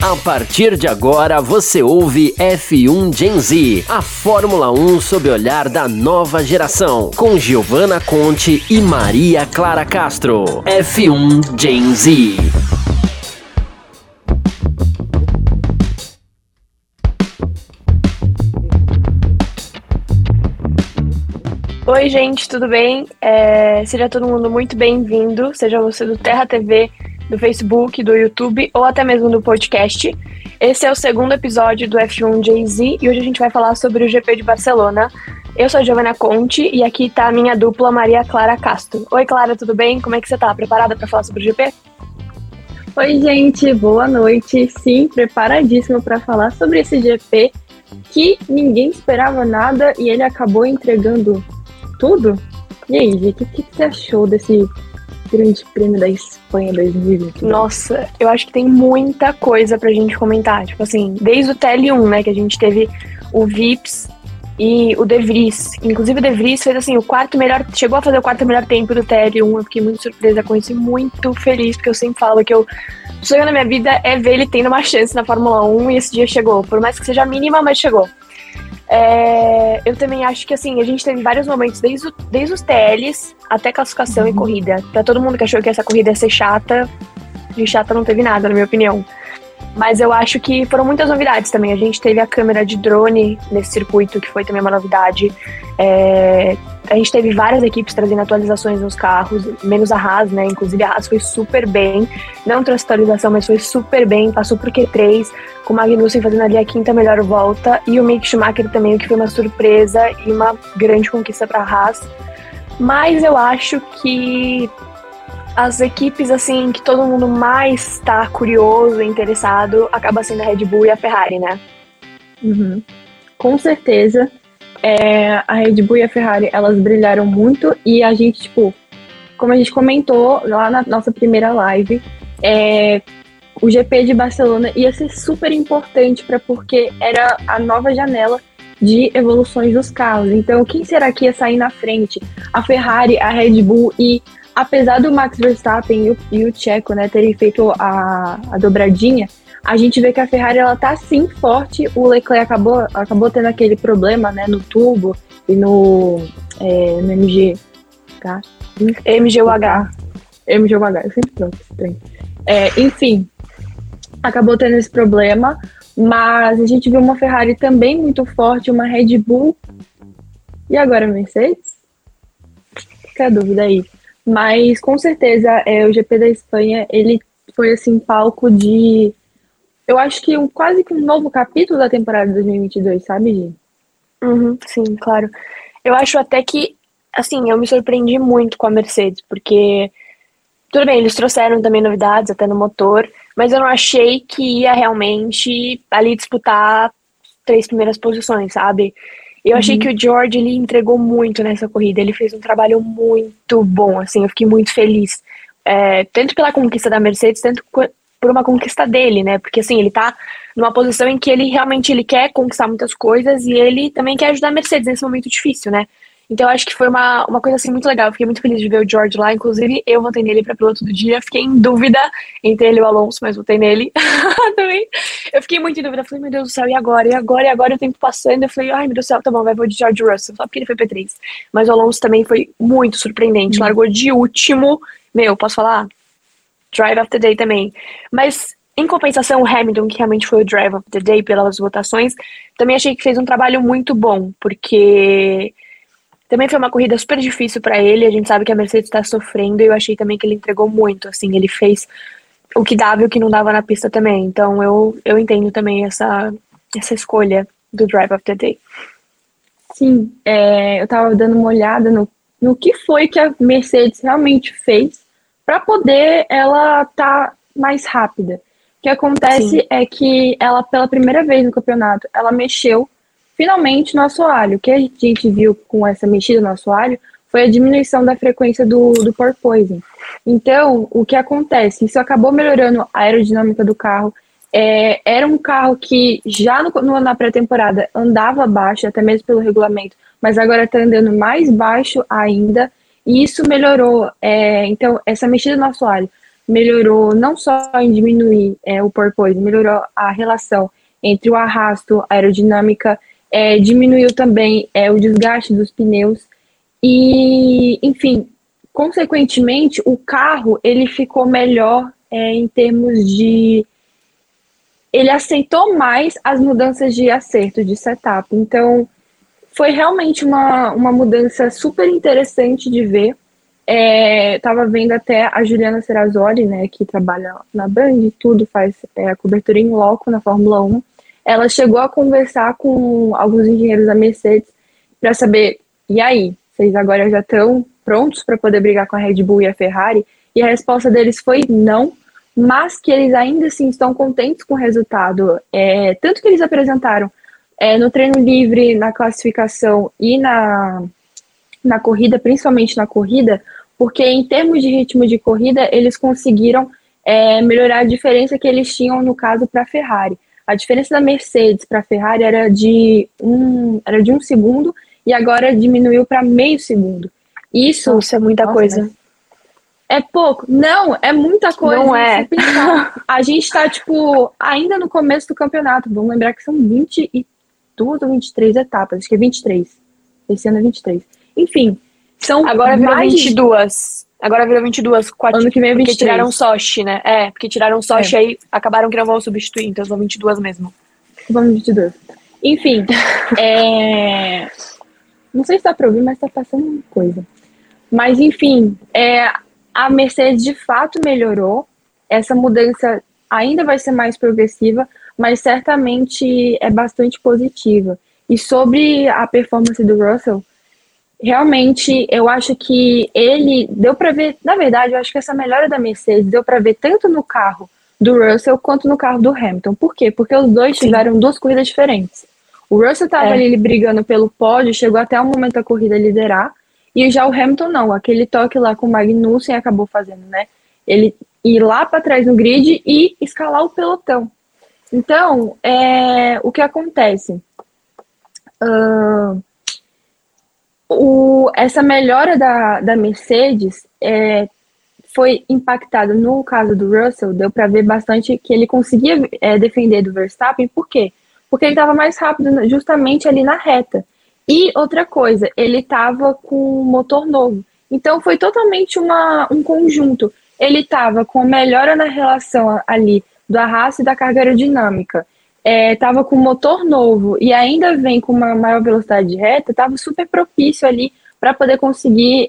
A partir de agora você ouve F1 Gen Z, a Fórmula 1 sob o olhar da nova geração, com Giovanna Conte e Maria Clara Castro. F1 Gen Z. Oi, gente, tudo bem? Seja todo mundo muito bem-vindo, seja você do Terra TV, do Facebook, do YouTube ou até mesmo do podcast. Esse é o segundo episódio do F1 Gen Z e hoje a gente vai falar sobre o GP de Barcelona. Eu sou a Giovanna Conte e aqui tá a minha dupla Maria Clara Castro. Oi, Clara, tudo bem? Como é que você tá? Preparada para falar sobre o GP? Oi, gente, boa noite. Sim, preparadíssima para falar sobre esse GP que ninguém esperava nada e ele acabou entregando tudo. E aí, Gi, o que você achou desse Grande Prêmio da Espanha 2020? Nossa, eu acho que tem muita coisa pra gente comentar. Tipo assim, desde o TL1, né, que a gente teve o Vips e o De Vries. Inclusive o De Vries fez assim, chegou a fazer o quarto melhor tempo do TL1. Eu fiquei muito surpresa com isso e muito feliz, porque eu sempre falo que o sonho da minha vida é ver ele tendo uma chance na Fórmula 1 e esse dia chegou. Por mais que seja mínima, mas chegou. Eu também acho que assim, a gente teve vários momentos, desde os TLs até classificação e corrida. Pra todo mundo que achou que essa corrida ia ser chata, de chata não teve nada, na minha opinião. Mas eu acho que foram muitas novidades também. A gente teve a câmera de drone nesse circuito, que foi também uma novidade. A gente teve várias equipes trazendo atualizações nos carros, menos a Haas, né? Inclusive a Haas foi super bem. Não trouxe atualização, mas foi super bem. Passou por Q3, com o Magnussen fazendo ali a quinta melhor volta. E o Mick Schumacher também, o que foi uma surpresa e uma grande conquista para a Haas. Mas eu acho que as equipes, assim, que todo mundo mais tá curioso e interessado, acaba sendo a Red Bull e a Ferrari, né? Uhum. Com certeza. A Red Bull e a Ferrari, elas brilharam muito e a gente, tipo, como a gente comentou lá na nossa primeira live, o GP de Barcelona ia ser super importante porque era a nova janela de evoluções dos carros. Então, quem será que ia sair na frente? A Ferrari, a Red Bull e apesar do Max Verstappen e o Checo, né, terem feito a dobradinha, a gente vê que a Ferrari ela tá sim forte. O Leclerc acabou tendo aquele problema, né, no turbo e no MGUH. Eu sempre troco esse trem. Enfim, acabou tendo esse problema, mas a gente viu uma Ferrari também muito forte, uma Red Bull e agora a Mercedes? Fica a dúvida aí. Mas, com certeza, o GP da Espanha, ele foi, assim, palco de... Eu acho que quase que um novo capítulo da temporada de 2022, sabe, Gi? Sim, claro. Eu acho até que, assim, eu me surpreendi muito com a Mercedes, porque, tudo bem, eles trouxeram também novidades, até no motor, mas eu não achei que ia realmente ali disputar 3 primeiras posições, sabe? Eu achei que o George, ele entregou muito nessa corrida, ele fez um trabalho muito bom, assim, eu fiquei muito feliz, tanto pela conquista da Mercedes, tanto por uma conquista dele, né, porque assim, ele tá numa posição em que ele realmente quer conquistar muitas coisas e ele também quer ajudar a Mercedes nesse momento difícil, né, então eu acho que foi uma coisa assim muito legal, eu fiquei muito feliz de ver o George lá, inclusive eu votei nele pra piloto do dia, fiquei em dúvida entre ele e o Alonso, mas votei nele também. Eu fiquei muito em dúvida, falei, meu Deus do céu, e agora? O tempo passando, eu falei, ai meu Deus do céu, tá bom, vou de George Russell, só porque ele foi P3. Mas o Alonso também foi muito surpreendente, largou de último, posso falar? Drive of the Day também. Mas, em compensação, o Hamilton, que realmente foi o Drive of the Day pelas votações, também achei que fez um trabalho muito bom, porque também foi uma corrida super difícil pra ele, a gente sabe que a Mercedes tá sofrendo, e eu achei também que ele entregou muito, assim, ele fez o que dava e o que não dava na pista também. Então eu entendo também essa escolha do Drive of the Day. Sim, eu tava dando uma olhada no que foi que a Mercedes realmente fez para poder ela tá mais rápida. O que acontece é que ela, pela primeira vez no campeonato, ela mexeu finalmente no assoalho. O que a gente viu com essa mexida no assoalho foi a diminuição da frequência do porpoising. Então, o que acontece? Isso acabou melhorando a aerodinâmica do carro. Era um carro que já na pré-temporada andava baixo, até mesmo pelo regulamento, mas agora está andando mais baixo ainda, e isso melhorou. Então, essa mexida no assoalho melhorou não só em diminuir o porpoise, melhorou a relação entre o arrasto, a aerodinâmica, diminuiu também o desgaste dos pneus e, enfim, consequentemente, o carro ele ficou melhor em termos de... Ele aceitou mais as mudanças de acerto, de setup. Então, foi realmente uma mudança super interessante de ver. Tava vendo até a Juliana Serrazoli, né, que trabalha na Band e tudo, faz a cobertura em loco na Fórmula 1. Ela chegou a conversar com alguns engenheiros da Mercedes para saber, e aí, vocês agora já estão prontos para poder brigar com a Red Bull e a Ferrari? E a resposta deles foi não, mas que eles ainda assim estão contentes com o resultado. Tanto que eles apresentaram no treino livre, na classificação e na corrida, principalmente na corrida, porque em termos de ritmo de corrida, eles conseguiram melhorar a diferença que eles tinham, no caso, para a Ferrari. A diferença da Mercedes para a Ferrari era de 1 segundo e agora diminuiu para meio segundo. Isso é muita coisa. É pouco? Não, é muita coisa. Não é. A gente está, ainda no começo do campeonato. Vamos lembrar que são 22 ou 23 etapas. Acho que é 23. Esse ano é 23. Enfim, são Agora virou 22. Agora virou 22. Ano que vem é 23. Porque tiraram Sochi, né? Porque tiraram Sochi aí acabaram que não vão substituir. Então são 22 mesmo. Vamos 22. Enfim, não sei se dá pra ouvir, mas tá passando coisa. Mas, enfim, a Mercedes de fato melhorou. Essa mudança ainda vai ser mais progressiva, mas certamente é bastante positiva. E sobre a performance do Russell, realmente eu acho que ele deu para ver, na verdade, eu acho que essa melhora da Mercedes deu para ver tanto no carro do Russell quanto no carro do Hamilton. Por quê? Porque os dois tiveram 2 corridas diferentes. O Russell estava ali brigando pelo pódio, chegou até o momento da corrida liderar, e já o Hamilton não, aquele toque lá com o Magnussen acabou fazendo, né? Ele ir lá para trás no grid e escalar o pelotão. Então, o que acontece? Essa melhora da Mercedes foi impactada no caso do Russell, deu para ver bastante que ele conseguia defender do Verstappen. Por quê? Porque ele estava mais rápido justamente ali na reta. E outra coisa, ele estava com um motor novo. Então foi totalmente um conjunto. Ele estava com melhora na relação ali do arrasto e da carga aerodinâmica. Estava com motor novo e ainda vem com uma maior velocidade de reta, estava super propício ali para poder conseguir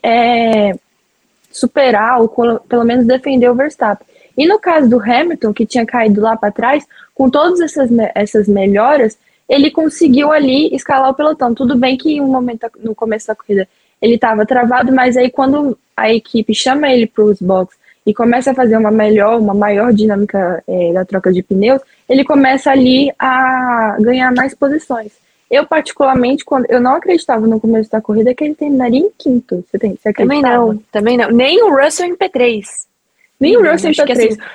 superar ou pelo menos defender o Verstappen. E no caso do Hamilton, que tinha caído lá para trás, com todas essas melhoras, ele conseguiu ali escalar o pelotão. Tudo bem que em um momento no começo da corrida ele estava travado, mas aí quando a equipe chama ele para os boxes e começa a fazer uma maior dinâmica da troca de pneus, ele começa ali a ganhar mais posições. Eu, particularmente, eu não acreditava no começo da corrida que ele terminaria em quinto. Você acreditava? Também não. Nem o Russell em P3. Nem o Russell em P3. Assim,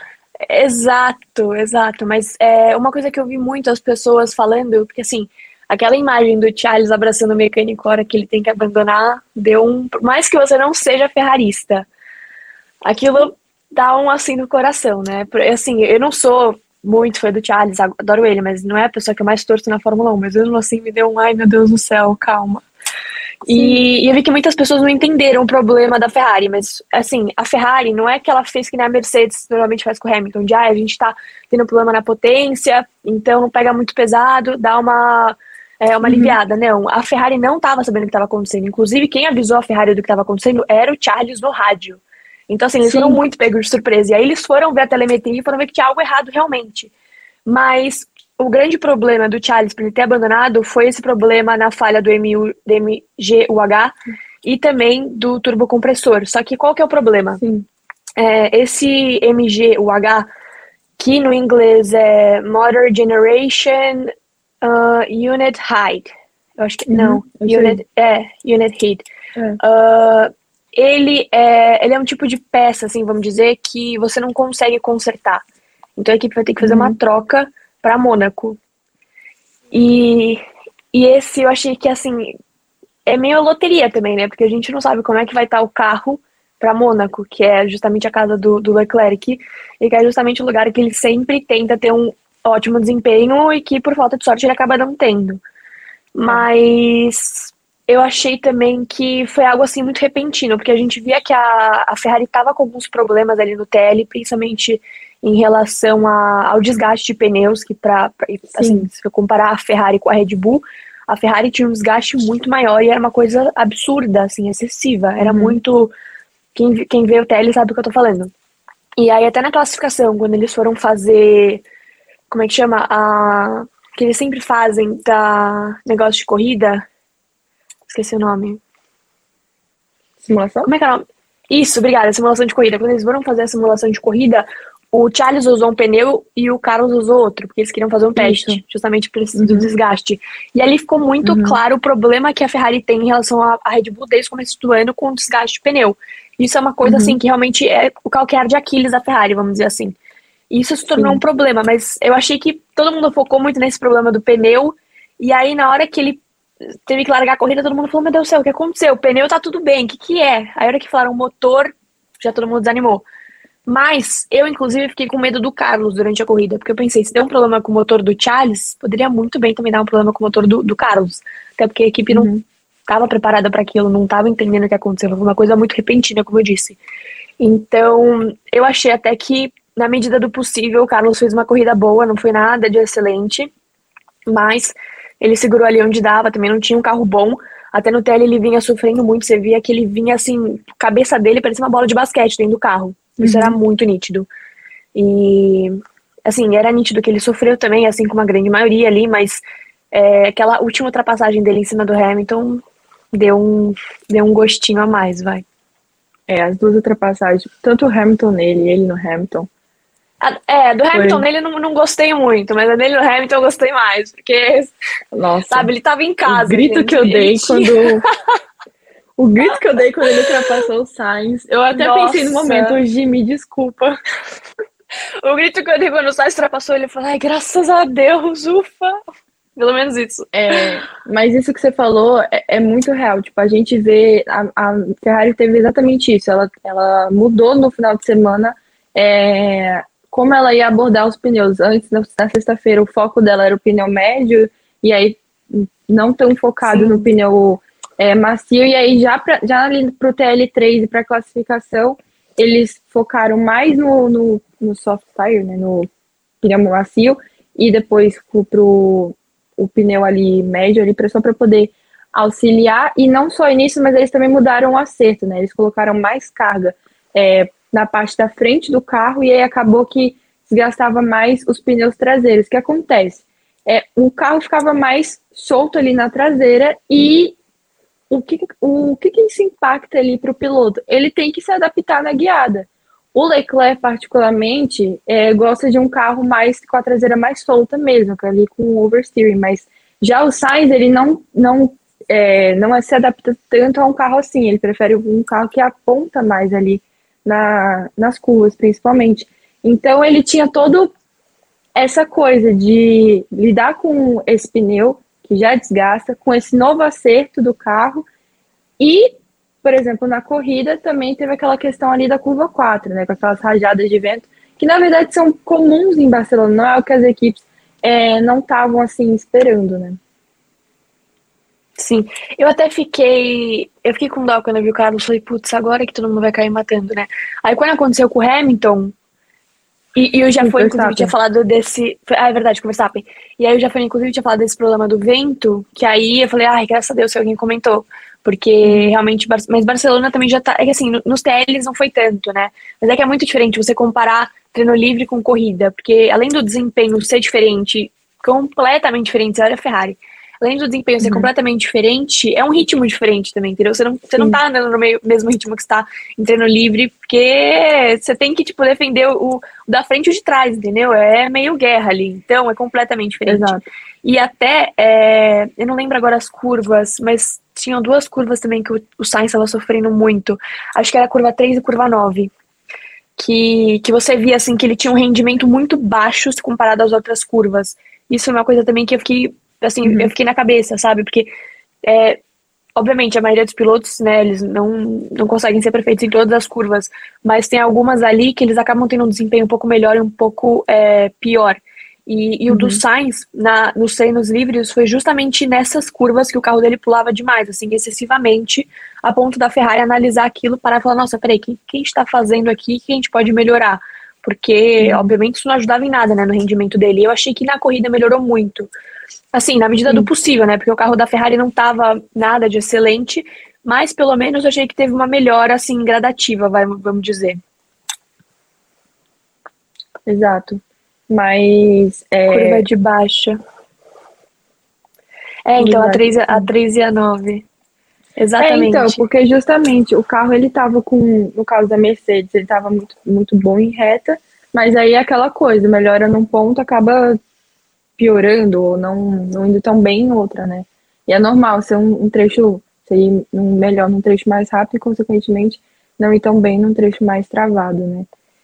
exato. Mas uma coisa que eu vi muito as pessoas falando, porque assim, aquela imagem do Charles abraçando o mecânico a hora que ele tem que abandonar, por mais que você não seja ferrarista, aquilo dá assim no coração, né? Assim, eu não sou muito fã do Charles, adoro ele, mas não é a pessoa que eu mais torço na Fórmula 1, mas mesmo assim me deu ai meu Deus do céu, calma. E eu vi que muitas pessoas não entenderam o problema da Ferrari, mas assim, a Ferrari não é que ela fez que nem a Mercedes normalmente faz com o Hamilton, de a gente tá tendo problema na potência, então não pega muito pesado, dá uma aliviada. Não, a Ferrari não estava sabendo o que estava acontecendo, inclusive quem avisou a Ferrari do que estava acontecendo era o Charles no rádio. Então assim, eles foram muito pegos de surpresa, e aí eles foram ver a telemetria e foram ver que tinha algo errado realmente. Mas o grande problema do Charles para ele ter abandonado foi esse problema na falha do MGUH e também do turbocompressor. Só que qual que é o problema? Esse MGUH, que no inglês é Motor Generation Unit Height. Eu acho que não. Unit Heat. Ele é um tipo de peça, assim, vamos dizer, que você não consegue consertar. Então a equipe vai ter que fazer uma troca para Mônaco. E esse eu achei que, assim, é meio loteria também, né? Porque a gente não sabe como é que vai estar o carro para Mônaco, que é justamente a casa do Leclerc, e que é justamente o lugar que ele sempre tenta ter um ótimo desempenho e que, por falta de sorte, ele acaba não tendo. Mas eu achei também que foi algo assim muito repentino, porque a gente via que a Ferrari estava com alguns problemas ali no TL, principalmente em relação ao desgaste de pneus, que assim, se eu comparar a Ferrari com a Red Bull, a Ferrari tinha um desgaste muito maior e era uma coisa absurda, assim, excessiva. Era muito... Quem vê o TL sabe o que eu tô falando. E aí até na classificação, quando eles foram fazer... Como é que chama? Que eles sempre fazem da negócio de corrida. Esqueci o nome. Simulação? Como é que é o nome? Isso, obrigada, simulação de corrida. Quando eles foram fazer a simulação de corrida, o Charles usou um pneu e o Carlos usou outro, porque eles queriam fazer um teste, justamente por esse do desgaste. E ali ficou muito claro o problema que a Ferrari tem em relação à Red Bull desde o começo do ano com o desgaste de pneu. Isso é uma coisa, assim, que realmente é o calcanhar de Aquiles da Ferrari, vamos dizer assim. E isso se tornou um problema, mas eu achei que todo mundo focou muito nesse problema do pneu, e aí na hora que ele teve que largar a corrida, todo mundo falou, meu Deus do céu, o que aconteceu? O pneu tá tudo bem, o que é? Aí a hora que falaram motor, já todo mundo desanimou. Mas eu, inclusive, fiquei com medo do Carlos durante a corrida, porque eu pensei, se der um problema com o motor do Charles, poderia muito bem também dar um problema com o motor do Carlos. Até porque a equipe não estava preparada para aquilo, não estava entendendo o que aconteceu, foi uma coisa muito repentina, como eu disse. Então, eu achei até que, na medida do possível, o Carlos fez uma corrida boa, não foi nada de excelente, mas ele segurou ali onde dava, também não tinha um carro bom. Até no TL ele vinha sofrendo muito, você via que ele vinha assim, a cabeça dele parecia uma bola de basquete dentro do carro. Isso era muito nítido. E, assim, era nítido que ele sofreu também, assim como a grande maioria ali, mas aquela última ultrapassagem dele em cima do Hamilton deu um gostinho a mais, vai. As duas ultrapassagens, tanto o Hamilton nele e ele no Hamilton. Do Hamilton nele não gostei muito, mas a dele no Hamilton eu gostei mais, porque, nossa, sabe, ele tava em casa. O grito que eu dei quando... O grito que eu dei quando ele ultrapassou o Sainz, eu até pensei no momento, Gi, me desculpa. O grito que eu dei quando o Sainz ultrapassou, ele falou, ai, graças a Deus, ufa. Pelo menos isso. Mas isso que você falou é muito real. Tipo, a gente vê, a Ferrari teve exatamente isso. Ela mudou no final de semana como ela ia abordar os pneus. Antes, na sexta-feira, o foco dela era o pneu médio, e aí não tão focado no pneu macio, e aí já ali pro TL3 e pra classificação, eles focaram mais no soft tire, né, no pneu macio, e depois pro o pneu ali médio, ali, só para poder auxiliar, e não só nisso, mas eles também mudaram o acerto, né, eles colocaram mais carga na parte da frente do carro, e aí acabou que desgastava mais os pneus traseiros. O que acontece? O carro ficava mais solto ali na traseira, e o que isso impacta ali para o piloto? Ele tem que se adaptar na guiada. O Leclerc, particularmente, gosta de um carro mais com a traseira mais solta mesmo, ali com o oversteering, mas já o Sainz, ele não se adapta tanto a um carro assim, ele prefere um carro que aponta mais ali nas curvas, principalmente. Então, ele tinha todo essa coisa de lidar com esse pneu, que já desgasta, com esse novo acerto do carro, e, por exemplo, na corrida também teve aquela questão ali da curva 4, né, com aquelas rajadas de vento, que na verdade são comuns em Barcelona, não é o que as equipes não estavam assim esperando, né. Sim, eu fiquei com dó quando eu vi o Carlos, falei, putz, agora que todo mundo vai cair matando, né. Aí quando aconteceu com o Hamilton, e eu já fui, inclusive, tinha falado desse... é verdade, com o Verstappen. E aí eu já fui, inclusive, tinha falado desse problema do vento, que aí eu falei, ai, graças a Deus, se alguém comentou. Porque realmente... Mas Barcelona também já tá... É que assim, nos TLs não foi tanto, né? Mas é que é muito diferente você comparar treino livre com corrida. Porque além do desempenho ser diferente, completamente diferente, você olha a Ferrari. Além do desempenho ser completamente diferente, é um ritmo diferente também, entendeu? Você não tá andando no mesmo ritmo que você tá em treino livre, porque você tem que, tipo, defender o da frente e o de trás, entendeu? É meio guerra ali, então é completamente diferente. Exato. E até, eu não lembro agora as curvas, mas tinham duas curvas também que o Sainz estava sofrendo muito. Acho que era a curva 3 e curva 9. Que você via, assim, que ele tinha um rendimento muito baixo se comparado às outras curvas. Isso é uma coisa também que eu fiquei... Assim, eu fiquei na cabeça, sabe? Porque, obviamente, a maioria dos pilotos, né, eles não conseguem ser perfeitos em todas as curvas, mas tem algumas ali que eles acabam tendo um desempenho um pouco melhor e um pouco pior. E o do Sainz, nos treinos livres, foi justamente nessas curvas que o carro dele pulava demais, assim, excessivamente, a ponto da Ferrari analisar aquilo para falar, nossa, peraí, o que a gente está fazendo aqui, o que a gente pode melhorar? Porque, obviamente, isso não ajudava em nada, né, no rendimento dele. Eu achei que na corrida melhorou muito. Assim, na medida do possível, né, porque o carro da Ferrari não estava nada de excelente, mas pelo menos eu achei que teve uma melhora, assim, gradativa, vamos dizer. Exato. Mas... Curva de baixa. Então, a 3 e a 9. Exatamente. Então, porque justamente o carro, ele tava no caso da Mercedes, ele tava muito, muito bom em reta, mas aí é aquela coisa, melhora num ponto, acaba piorando, ou não indo tão bem em outra, né? E é normal ser um trecho, ser melhor num trecho mais rápido e, consequentemente, não ir tão bem num trecho mais travado, né?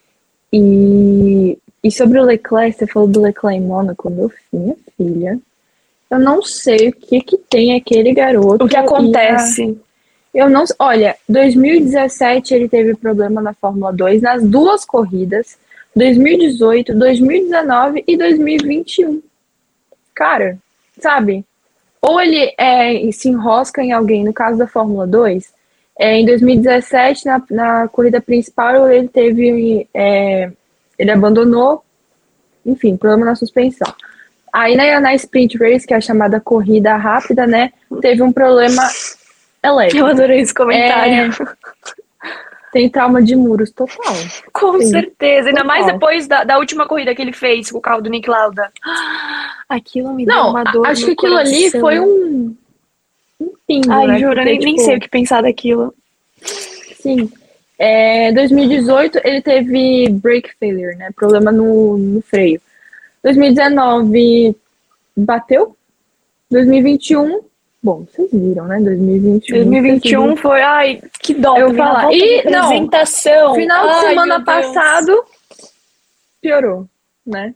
E sobre o Leclerc, você falou do Leclerc em Mônaco, minha filha, eu não sei o que tem aquele garoto. O que acontece? Olha, 2017 ele teve problema na Fórmula 2 nas duas corridas, 2018, 2019 e 2021. Cara, sabe? Ou ele se enrosca em alguém, no caso da Fórmula 2, em 2017, na corrida principal, ele teve... ele abandonou, enfim, problema na suspensão. Aí na Sprint Race, que é a chamada corrida rápida, né, teve um problema elétrico. Eu adorei esse comentário. Tem trauma de muros total. Com certeza. Ainda total. mais depois da última corrida que ele fez com o carro do Nick Lauda. Aquilo me deu uma dor acho no que aquilo coração. Ali foi um pingo, Ai, né? juro, Porque, nem sei o que pensar daquilo. Sim. 2018 ele teve brake failure, né? Problema no freio. 2019 bateu. 2021, bom, vocês viram, né? 2021 foi, ai, que dó. Eu vou falar. E apresentação. Final de semana passado piorou, né?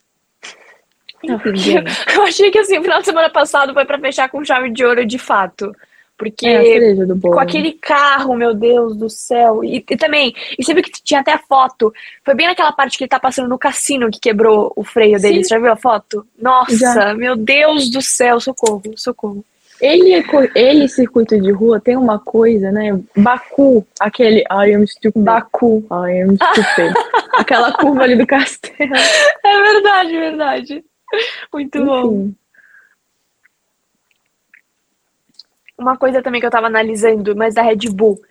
Eu achei que assim, o final de semana passado foi pra fechar com chave de ouro de fato. Porque a cereja do bolo. Com aquele carro, meu Deus do céu. E também, e você viu que tinha até a foto. Foi bem naquela parte que ele tá passando no cassino que quebrou o freio dele. Você já viu a foto? Nossa, meu Deus do céu, socorro, socorro. Ele, circuito de rua, tem uma coisa, né? Baku, aquele I am stupid. Baku. I am stupid. Aquela curva ali do castelo. É verdade, verdade. Muito bom. Uma coisa também que eu tava analisando, mas da Red Bull,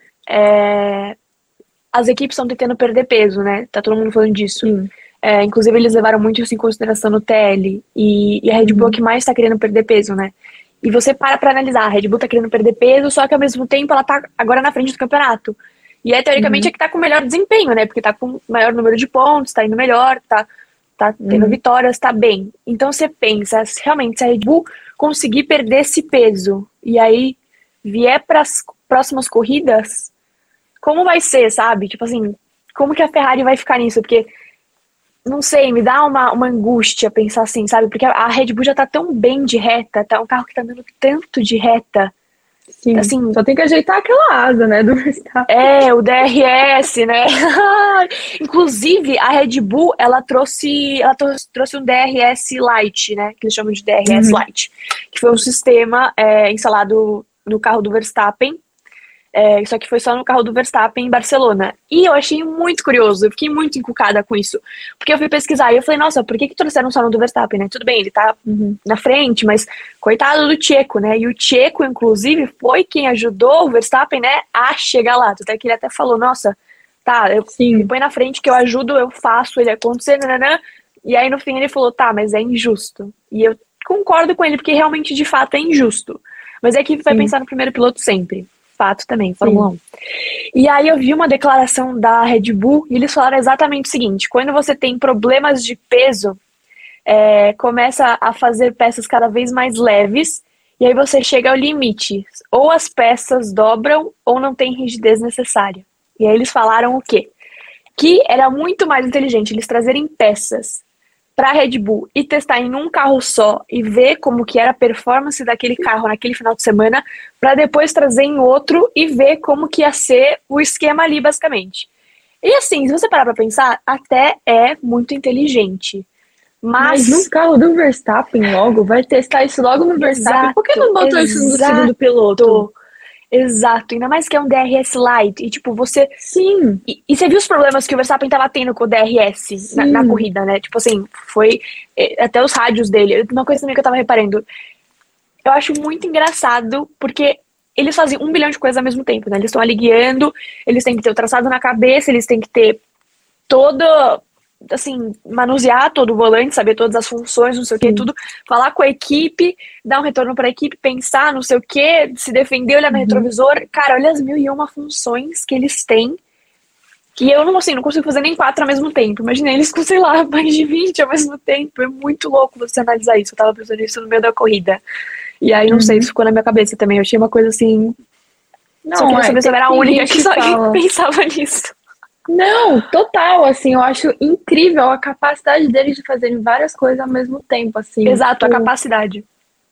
as equipes estão tentando perder peso, né? Tá todo mundo falando disso. Inclusive, eles levaram muito isso em consideração no TL. E a Red Bull é que mais tá querendo perder peso, né? E você pra analisar, a Red Bull tá querendo perder peso, só que ao mesmo tempo ela tá agora na frente do campeonato. E teoricamente é que tá com o melhor desempenho, né? Porque tá com maior número de pontos, tá indo melhor, tá tendo vitórias, tá bem. Então você pensa, realmente, se a Red Bull conseguir perder esse peso e aí vier para as próximas corridas, como vai ser, sabe? Tipo assim, como que a Ferrari vai ficar nisso? Porque, não sei, me dá uma angústia pensar assim, sabe? Porque a Red Bull já tá tão bem de reta, tá um carro que tá andando tanto de reta. Sim, assim, só tem que ajeitar aquela asa, né, do Verstappen. O DRS, né? Inclusive, a Red Bull, ela trouxe um DRS Lite, né? Que eles chamam de DRS Lite. Que foi um sistema instalado no carro do Verstappen. Só que foi só no carro do Verstappen em Barcelona. E eu achei muito curioso, eu fiquei muito encucada com isso. Porque eu fui pesquisar e eu falei, nossa, por que trouxeram só no do Verstappen, né? Tudo bem, ele tá na frente, mas coitado do Checo, né? E o Checo, inclusive, foi quem ajudou o Verstappen, né, a chegar lá. Até que ele até falou, nossa, tá, me põe na frente que eu ajudo, eu faço ele acontecer, nananã. E aí no fim ele falou, tá, mas é injusto. E eu concordo com ele, porque realmente, de fato, é injusto. Mas a equipe vai pensar no primeiro piloto sempre. Fato também, Fórmula 1. E aí eu vi uma declaração da Red Bull e eles falaram exatamente o seguinte: quando você tem problemas de peso, começa a fazer peças cada vez mais leves e aí você chega ao limite. Ou as peças dobram ou não tem rigidez necessária. E aí eles falaram o quê? Que era muito mais inteligente eles trazerem peças para a Red Bull e testar em um carro só e ver como que era a performance daquele carro naquele final de semana, para depois trazer em outro e ver como que ia ser o esquema ali, basicamente. E assim, se você parar para pensar, até é muito inteligente. Mas no carro do Verstappen logo, vai testar isso logo no Verstappen. Por que não botou isso no segundo piloto? Exato, ainda mais que é um DRS Light. E tipo, você. Sim. E você viu os problemas que o Verstappen tava tendo com o DRS na corrida, né? Tipo assim, foi até os rádios dele. Uma coisa também que eu tava reparando. Eu acho muito engraçado, porque eles fazem 1 bilhão de coisas ao mesmo tempo, né? Eles estão ali guiando, eles têm que ter o traçado na cabeça, eles têm que ter todo. Assim, manusear todo o volante, saber todas as funções, não sei o que, tudo, falar com a equipe, dar um retorno para a equipe, pensar, não sei o que, se defender, olhar no retrovisor. Cara, olha as 1001 funções que eles têm, que eu não consigo fazer nem 4 ao mesmo tempo. Imagina eles com, sei lá, mais de 20 ao mesmo tempo. É muito louco você analisar isso. Eu tava pensando nisso no meio da corrida. E aí, não sei, isso ficou na minha cabeça também. Eu achei uma coisa assim. Só queria saber se eu era a única que só pensava nisso. Não, total, assim, eu acho incrível a capacidade deles de fazerem várias coisas ao mesmo tempo, assim. Exato, a capacidade.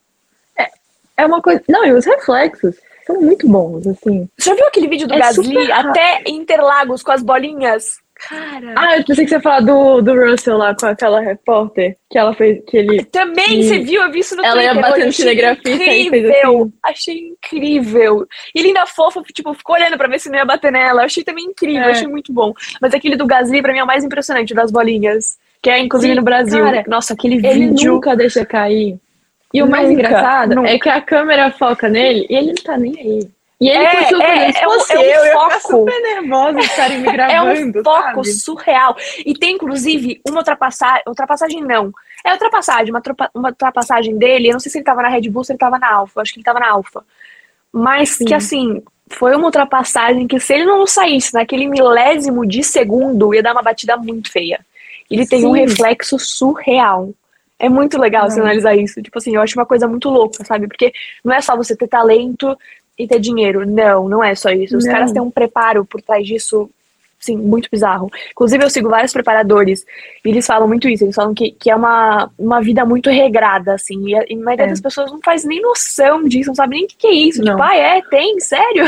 É uma coisa... Não, e os reflexos são muito bons, assim. Você já viu aquele vídeo do Gasly até Interlagos com as bolinhas? Cara... Ah, eu pensei que você ia falar do Russell lá com aquela repórter, que ela fez, que ele... Também, você viu? Eu vi isso no Twitter. Ela ia batendo cinegrafista e fez assim. Achei incrível. E ele ainda fofa, tipo, ficou olhando pra ver se não ia bater nela. Achei também incrível, achei muito bom. Mas aquele do Gasly, pra mim, é o mais impressionante, das bolinhas. Que é, inclusive, no Brasil. Cara, nossa, aquele ele vídeo... nunca deixa cair. E o mais engraçado é que a câmera foca nele e ele não tá nem aí. E ele continua fazendo isso. Se fosse eu ia ficar super nervosa de estarem me gravando, é um foco surreal. E tem, inclusive, uma ultrapassagem não. É uma ultrapassagem dele, eu não sei se ele tava na Red Bull ou se ele tava na Alfa, acho que ele tava na Alfa. Mas que, assim, foi uma ultrapassagem que se ele não saísse naquele milésimo de segundo, ia dar uma batida muito feia. Ele tem um reflexo surreal. É muito legal você analisar isso. Tipo assim, eu acho uma coisa muito louca, sabe? Porque não é só você ter talento e ter dinheiro. Não é só isso. Os caras têm um preparo por trás disso, sim, muito bizarro. Inclusive, eu sigo vários preparadores e eles falam muito isso. Eles falam que é uma vida muito regrada, assim. E a maioria das pessoas não faz nem noção disso, não sabe nem o que é isso. Não. Tipo, tem? Sério?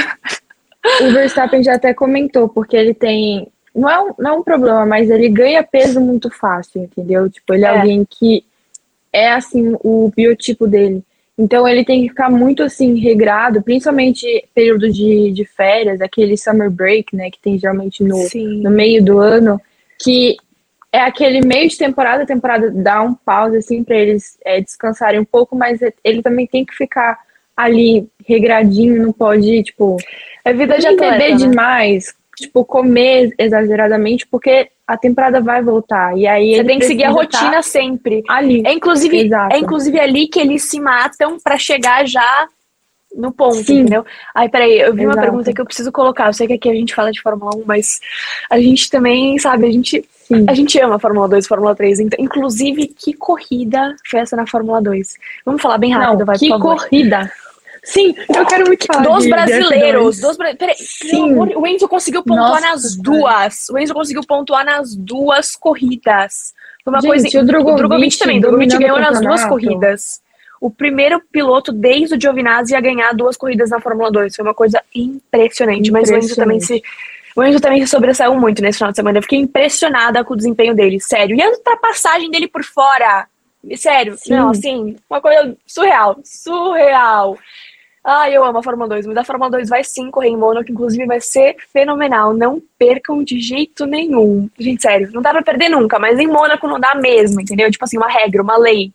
O Verstappen já até comentou, porque ele tem... Não é um problema, mas ele ganha peso muito fácil, entendeu? Tipo, ele é alguém que é, assim, o biotipo dele. Então ele tem que ficar muito, assim, regrado, principalmente período de férias, aquele summer break, né, que tem geralmente no meio do ano, que é aquele meio de temporada, a temporada dá um pause, assim, pra eles descansarem um pouco, mas ele também tem que ficar ali regradinho, não pode, tipo, vida de atleta, beber demais, tipo, comer exageradamente, porque a temporada vai voltar. E aí você tem que seguir a rotina sempre. Ali. É inclusive ali que eles se matam pra chegar já no ponto, entendeu? Aí, peraí, eu vi uma pergunta que eu preciso colocar. Eu sei que aqui a gente fala de Fórmula 1, mas a gente também, sabe, a gente ama Fórmula 2, Fórmula 3. Então, inclusive, que corrida foi essa na Fórmula 2? Vamos falar bem rápido, por favor. Que corrida! Sim, eu quero muito falar dos brasileiros. Peraí, Sim. O Enzo conseguiu pontuar nas duas. O Enzo conseguiu pontuar nas duas corridas. Foi uma coisa. O Drogovic também. O Drogovic ganhou nas duas corridas. O primeiro piloto desde o Giovinazzi a ganhar 2 corridas na Fórmula 2. Foi uma coisa impressionante. Mas o Enzo também se sobressaiu muito nesse final de semana. Eu fiquei impressionada com o desempenho dele, sério. E a ultrapassagem dele por fora. Sério, não, assim, uma coisa surreal. Eu amo a Fórmula 2, mas a Fórmula 2 vai sim correr em Mônaco, inclusive vai ser fenomenal. Não percam de jeito nenhum. Gente, sério, não dá pra perder nunca, mas em Mônaco não dá mesmo, entendeu? Tipo assim, uma regra, uma lei.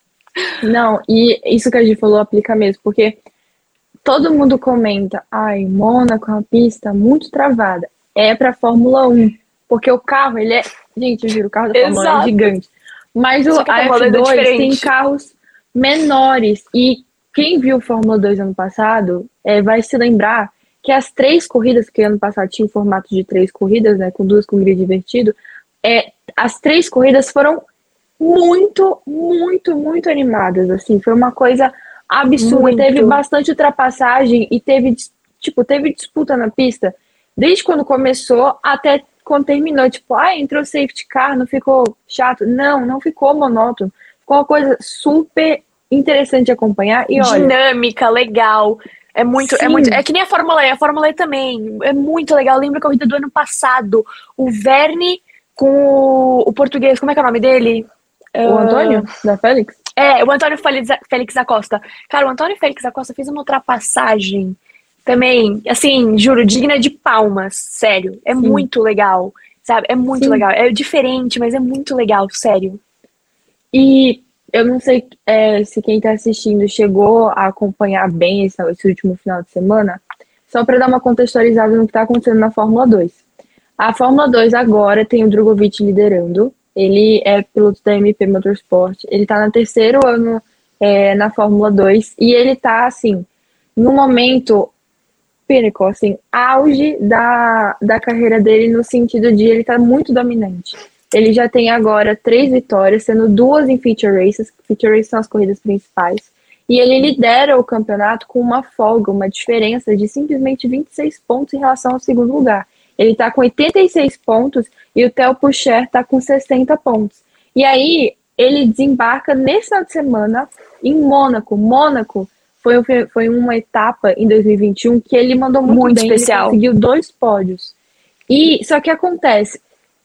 Não, e isso que a gente falou aplica mesmo, porque todo mundo comenta, Mônaco é uma pista muito travada. É pra Fórmula 1, porque o carro, ele é... Gente, eu juro, o carro da Fórmula 1 é gigante. Mas a F2 tem carros menores. E quem viu Fórmula 2 ano passado vai se lembrar que as 3 corridas, que ano passado tinha em formato de 3 corridas, né, com 2 com grid invertido, as 3 corridas foram muito, muito, muito animadas. Assim, foi uma coisa absurda. Muito. Teve bastante ultrapassagem e teve disputa na pista. Desde quando começou até quando terminou, tipo, entrou safety car, não ficou chato? Não ficou monótono. Ficou uma coisa super interessante de acompanhar. E olha, dinâmica, legal. É muito. É que nem a Fórmula E. A Fórmula E também. É muito legal. Eu lembro a corrida do ano passado. O Verne com o português. Como é que é o nome dele? o Antônio, da Félix? O Antônio Félix da Costa. Cara, o Antônio Félix da Costa fez uma ultrapassagem também, assim, juro, digna de palmas. Sério. É muito legal. Sabe? É muito legal. É diferente, mas é muito legal, sério. E eu não sei se quem está assistindo chegou a acompanhar bem esse último final de semana, só para dar uma contextualizada no que está acontecendo na Fórmula 2. A Fórmula 2 agora tem o Drogovic liderando, ele é piloto da MP Motorsport, ele está no terceiro ano na Fórmula 2 e ele está, assim, no momento pinnacle, assim, auge da carreira dele no sentido de ele tá muito dominante. Ele já tem agora 3 vitórias, sendo 2 em feature races. Feature races são as corridas principais. E ele lidera o campeonato com uma folga, uma diferença de simplesmente 26 pontos em relação ao segundo lugar. Ele tá com 86 pontos e o Theo Pourchaire tá com 60 pontos. E aí, ele desembarca nesse final de semana em Mônaco. Mônaco foi uma etapa em 2021 que ele mandou muito bem. Especial. Ele conseguiu 2 pódios. E só que acontece,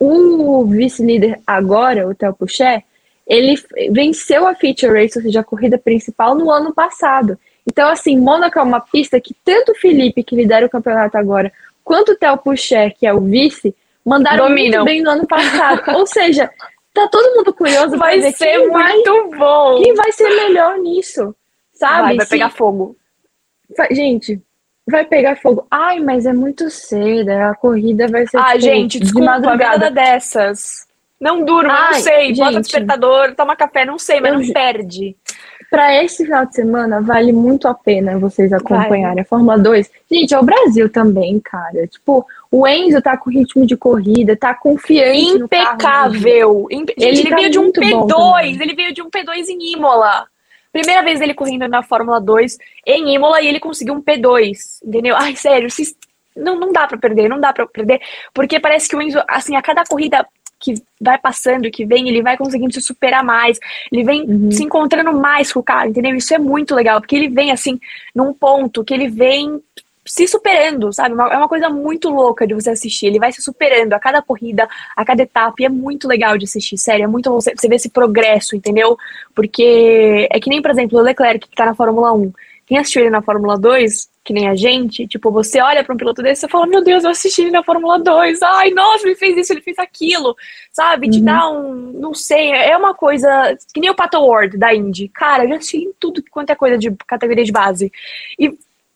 o vice-líder agora, o Theo Pourchaire, ele venceu a feature race, ou seja, a corrida principal, no ano passado. Então, assim, Mônaco é uma pista que tanto o Felipe, que lidera o campeonato agora, quanto o Theo Pourchaire, que é o vice, mandaram muito bem no ano passado. Ou seja, tá todo mundo curioso. Vai ser muito bom. Quem vai ser melhor nisso, sabe? Vai pegar fogo. Gente, vai pegar fogo. Ai, mas é muito cedo, a corrida vai ser gente, desculpa, a vida dessas. Não durma, não sei, bota despertador, toma café, não sei, mas não perde. Pra esse final de semana, vale muito a pena vocês acompanharem a Fórmula 2. Gente, é o Brasil também, cara. Tipo, o Enzo tá com ritmo de corrida, tá confiante no carro. Impecável. Ele veio de um P2, ele veio de um P2 em Imola. Primeira vez ele correndo na Fórmula 2 em Imola e ele conseguiu um P2, entendeu? Ai, sério, não dá pra perder, porque parece que o Enzo, assim, a cada corrida que vai passando, que vem, ele vai conseguindo se superar mais, ele vem se encontrando mais com o cara, entendeu? Isso é muito legal, porque ele vem, assim, num ponto que ele vem se superando, sabe? É uma coisa muito louca de você assistir, ele vai se superando a cada corrida, a cada etapa, e é muito legal de assistir, sério, é muito bom você ver esse progresso, entendeu? Porque é que nem, por exemplo, o Leclerc, que tá na Fórmula 1, quem assistiu ele na Fórmula 2, que nem a gente, tipo, você olha pra um piloto desse e fala, meu Deus, eu assisti ele na Fórmula 2, ai, nossa, ele fez isso, ele fez aquilo, sabe? Te dá não sei, é uma coisa, que nem o Pato Ward da Indy, cara, eu já assisti em tudo quanto é coisa de categoria de base, e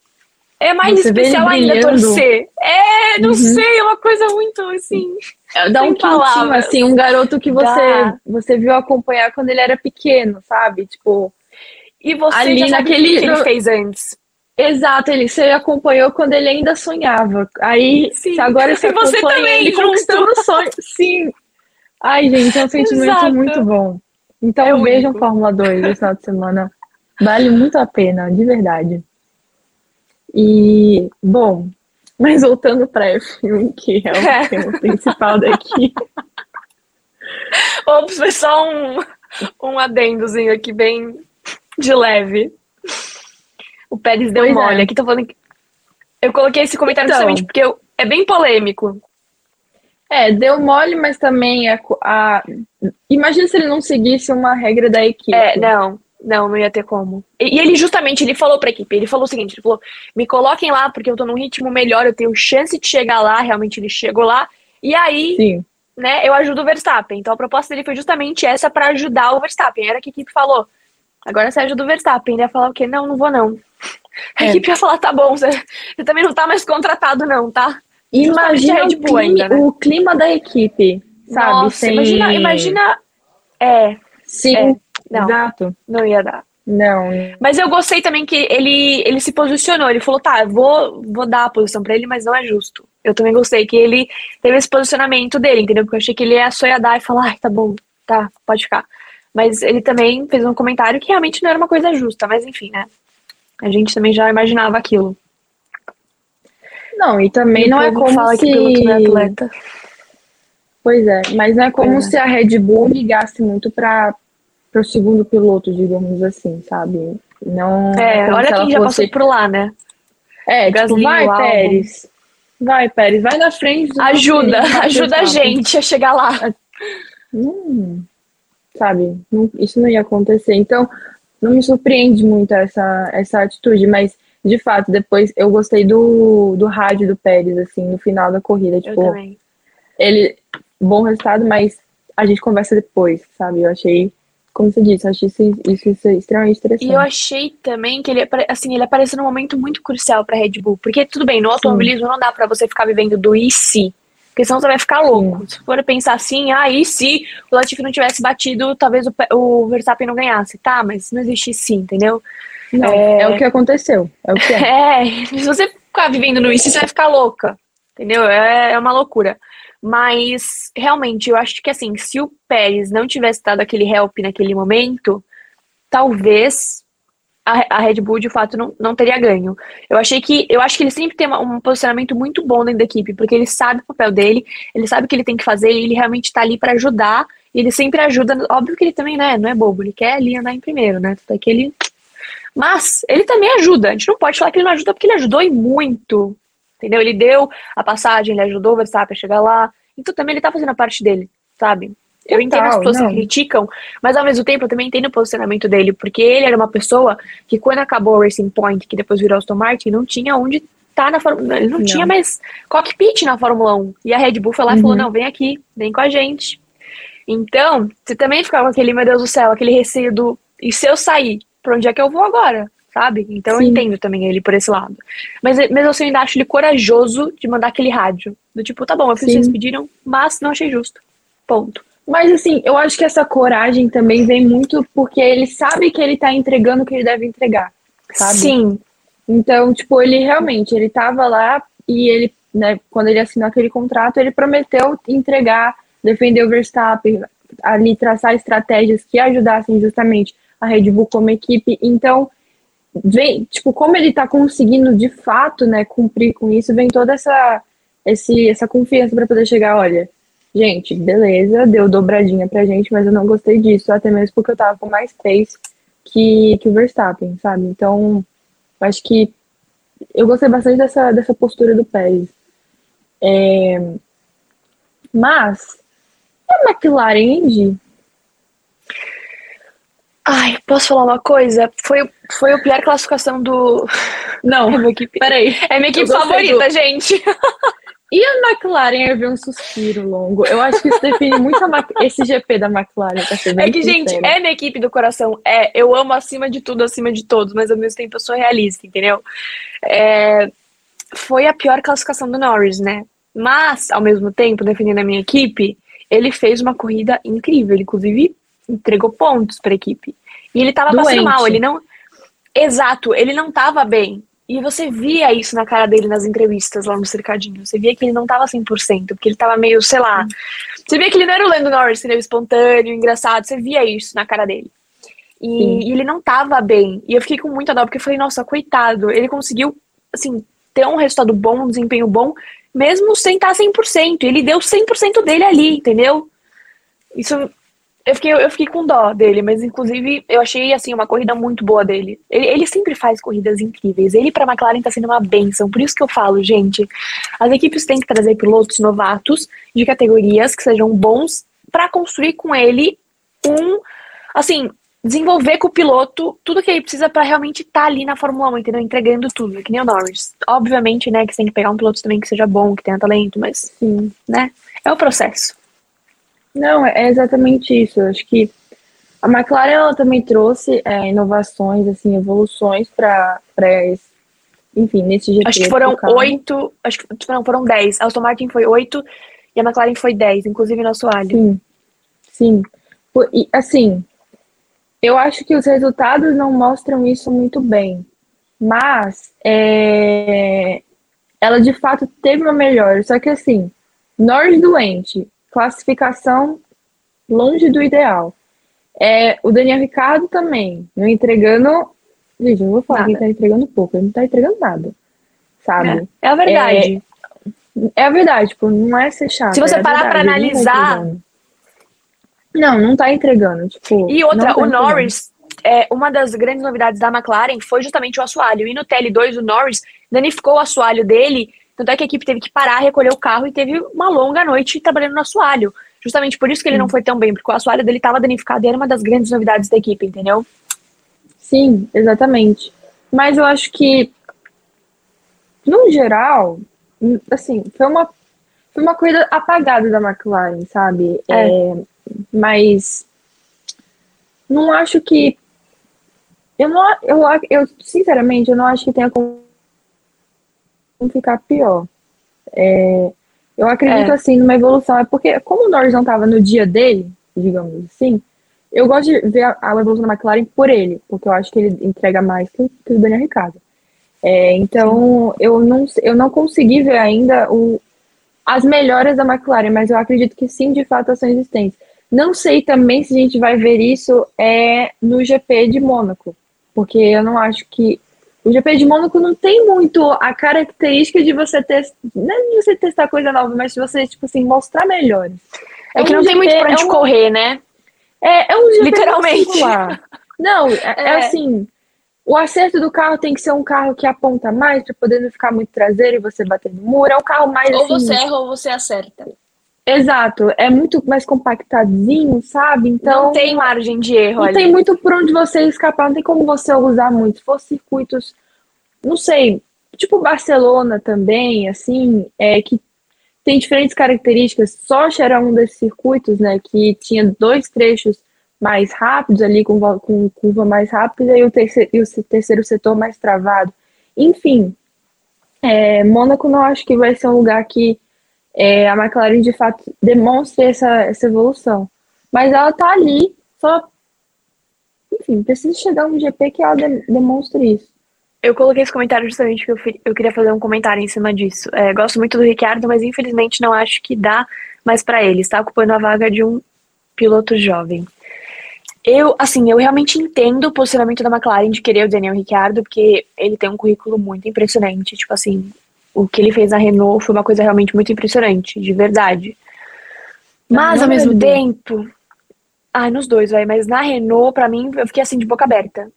é mais você especial ainda torcer, não sei, é uma coisa muito, assim, dá um quentinho, assim, um garoto que você viu acompanhar quando ele era pequeno, sabe? Tipo, e você ali já sabe o que ele fez antes. Exato, você acompanhou quando ele ainda sonhava. Aí, agora você acompanha também, ele conquistando o sonho. Sim. Ai, gente, é um sentimento muito bom. Então vejam Fórmula 2 esse final de semana. Vale muito a pena, de verdade. E, bom, mas voltando para F1, que é o tema principal daqui. Ops, foi só um adendozinho aqui, bem de leve. O Pérez deu mole. Aqui tô falando que eu coloquei esse comentário justamente porque é bem polêmico. Deu mole, mas também imagina se ele não seguisse uma regra da equipe. Não ia ter como. E ele justamente, ele falou pra equipe, ele falou o seguinte, ele falou, me coloquem lá porque eu tô num ritmo melhor, eu tenho chance de chegar lá, realmente ele chegou lá, e aí, né, eu ajudo o Verstappen. Então a proposta dele foi justamente essa pra ajudar o Verstappen, era que a equipe falou. Agora você ajuda o Verstappen, ele ia falar o quê? Não vou não. A equipe ia falar, tá bom, você também não tá mais contratado não, tá? Imagina o clima da equipe, sabe? Nossa, imagina... Sim, não, exato. Não ia dar. Não. Mas eu gostei também que ele se posicionou, ele falou, tá, eu vou dar a posição pra ele, mas não é justo. Eu também gostei que ele teve esse posicionamento dele, entendeu? Porque eu achei que ele ia só ia dar e falar, tá bom, tá, pode ficar. Mas ele também fez um comentário que realmente não era uma coisa justa, mas enfim, né? A gente também já imaginava aquilo. Não, e também não é como fala se... que piloto não é atleta. Pois é, mas não é como Pois é. se a Red Bull ligasse muito para o segundo piloto, digamos assim, sabe? Não é como Olha se ela quem já fosse... passou por lá, né? É, tipo, Gasly, vai, o Albon. Pérez. Vai, Pérez, vai na frente do Ajuda, nosso querido ajuda a Verstappen. gente a chegar lá. Sabe? Isso não ia acontecer. Então, não me surpreende muito essa atitude, mas, de fato, depois eu gostei do rádio do Pérez, assim, no final da corrida. Eu Tipo, também. ele, bom resultado, mas a gente conversa depois, sabe? Eu achei, como você disse, eu achei isso extremamente interessante. E eu achei também que ele apareceu num momento muito crucial pra Red Bull. Porque, tudo bem, no automobilismo não dá pra você ficar vivendo do e se. Porque senão você vai ficar louco. Se for pensar assim, e se o Latifi não tivesse batido, talvez o Verstappen não ganhasse. Tá, mas não existe sim, entendeu? Não, é o que aconteceu. É o que é. Se você ficar vivendo no e se, você vai ficar louca. Entendeu? É uma loucura. Mas, realmente, eu acho que assim, se o Pérez não tivesse dado aquele help naquele momento, talvez a Red Bull, de fato, não teria ganho. Eu acho que ele sempre tem um posicionamento muito bom dentro da equipe, porque ele sabe o papel dele, ele sabe o que ele tem que fazer, e ele realmente tá ali pra ajudar, e ele sempre ajuda. Óbvio que ele também, né, não é bobo, ele quer ali andar em primeiro, né? Mas ele também ajuda. A gente não pode falar que ele não ajuda, porque ele ajudou e muito. Entendeu? Ele deu a passagem, ele ajudou o Verstappen a chegar lá. Então também ele tá fazendo a parte dele, sabe? Eu entendo as pessoas que criticam, mas ao mesmo tempo eu também entendo o posicionamento dele, porque ele era uma pessoa que quando acabou o Racing Point, que depois virou Aston Martin, não tinha onde tá na Fórmula 1, ele não tinha mais cockpit na Fórmula 1. E a Red Bull foi lá e falou, não, vem aqui, vem com a gente. Então, você também ficava com aquele, meu Deus do céu, aquele receio do, e se eu sair, pra onde é que eu vou agora? Sabe? Então eu entendo também ele por esse lado. Mas mesmo assim eu ainda acho ele corajoso de mandar aquele rádio. Do tipo, tá bom, eu fiz o que vocês pediram, mas não achei justo. Ponto. Mas assim, eu acho que essa coragem também vem muito porque ele sabe que ele tá entregando o que ele deve entregar, sabe? Sim. Então, tipo, ele tava lá e ele, né, quando ele assinou aquele contrato, ele prometeu entregar, defender o Verstappen, ali traçar estratégias que ajudassem justamente a Red Bull como equipe. Então, vem, tipo, como ele tá conseguindo de fato, né, cumprir com isso, vem toda essa confiança para poder chegar, olha, gente, beleza, deu dobradinha pra gente, mas eu não gostei disso, até mesmo porque eu tava com mais pace que o Verstappen, sabe? Então, acho que eu gostei bastante dessa postura do Pérez. Mas, a McLaren, Indy? Ai, posso falar uma coisa? Foi a pior classificação do... Não, peraí. É minha equipe favorita, gente. E a McLaren, eu vi um suspiro longo. Eu acho que isso define muito esse GP da McLaren. Pra ser bem gente, é minha equipe do coração. Eu amo acima de tudo, acima de todos, mas ao mesmo tempo eu sou realista, entendeu? Foi a pior classificação do Norris, né? Mas, ao mesmo tempo, defendendo a minha equipe, ele fez uma corrida incrível. Ele, inclusive, entregou pontos pra equipe. E ele tava passando mal, ele não... Exato, ele não tava bem. E você via isso na cara dele nas entrevistas lá no cercadinho. Você via que ele não tava 100%, porque ele tava meio, sei lá... Você via que ele não era o Lando Norris, entendeu? Espontâneo, engraçado. Você via isso na cara dele. E ele não tava bem. E eu fiquei com muita dó, porque eu falei, nossa, coitado. Ele conseguiu, assim, ter um resultado bom, um desempenho bom, mesmo sem estar 100%. Ele deu 100% dele ali, entendeu? Isso... Eu fiquei com dó dele, mas inclusive eu achei assim uma corrida muito boa dele. Ele sempre faz corridas incríveis. Ele pra McLaren tá sendo uma bênção. Por isso que eu falo, gente, as equipes têm que trazer pilotos novatos de categorias que sejam bons pra construir com ele desenvolver com o piloto tudo que ele precisa pra realmente estar ali na Fórmula 1, entendeu? Entregando tudo, que nem o Norris. Obviamente, né, que você tem que pegar um piloto também que seja bom, que tenha talento, mas, né, é o processo. Não, é exatamente isso. Eu acho que a McLaren ela também trouxe inovações, assim, evoluções para enfim, nesse GP. Acho que foram 8, foram 10. A Aston Martin foi 8 e a McLaren foi 10, inclusive no assoalho. Sim. E, assim, eu acho que os resultados não mostram isso muito bem, mas ela de fato teve uma melhora. Só que, assim, Norris doente, classificação longe do ideal. O Daniel Ricciardo também, não entregando... Gente, eu não vou falar que ele tá entregando pouco, ele não tá entregando nada, sabe? É a verdade. É a verdade, tipo, não é ser chato. Se você é parar pra verdade, ele não tá analisar. entregando. Não tá entregando. Tipo, E outra, não tá o entregando. Norris, uma das grandes novidades da McLaren foi justamente o assoalho. E no TL2, o Norris danificou o assoalho dele, tanto é que a equipe teve que parar, recolher o carro e teve uma longa noite trabalhando no assoalho. Justamente por isso que ele não foi tão bem, porque o assoalho dele estava danificado e era uma das grandes novidades da equipe, entendeu? Sim, exatamente. Mas eu acho que, no geral, assim, foi uma corrida apagada da McLaren, sabe? Mas não acho que. Eu, sinceramente, eu não acho que tenha como ficar pior. Eu acredito, assim, numa evolução. É porque, como o Norris não estava no dia dele, digamos assim, eu gosto de ver a evolução da McLaren por ele, porque eu acho que ele entrega mais que o Daniel Ricciardo. Então, eu não consegui ver ainda as melhoras da McLaren, mas eu acredito que sim, de fato, são existentes. Não sei também se a gente vai ver isso no GP de Mônaco, porque eu não acho que o GP de Mônaco não tem muito a característica de você não é de você testar coisa nova, mas de você, tipo assim, mostrar melhores. É que não tem muito pra onde correr, né? É um GP literalmente. Singular. Não, assim, o acerto do carro tem que ser um carro que aponta mais para poder não ficar muito traseiro e você bater no muro. É um carro mais Ou assim, você erra ou você acerta. Exato, é muito mais compactadinho, sabe? Então não tem margem de erro não ali. tem muito por onde você escapar, não tem como você usar muito. Se for circuitos, não sei, tipo Barcelona também, assim, que tem diferentes características. Sochi era um desses circuitos, né, que tinha 2 trechos mais rápidos ali, com curva mais rápida, e o terceiro setor mais travado. Enfim, Mônaco não acho que vai ser um lugar que a McLaren de fato demonstre essa evolução. Mas ela tá ali, só. Enfim, precisa chegar um GP que ela demonstre isso. Eu coloquei esse comentário justamente porque eu queria fazer um comentário em cima disso. Gosto muito do Ricciardo, mas infelizmente não acho que dá mais pra ele. Está ocupando a vaga de um piloto jovem. Eu realmente entendo o posicionamento da McLaren de querer o Daniel Ricciardo, porque ele tem um currículo muito impressionante. Tipo assim, o que ele fez na Renault foi uma coisa realmente muito impressionante, de verdade. Mas, ao mesmo tempo... nos dois, mas na Renault, pra mim, eu fiquei assim, de boca aberta.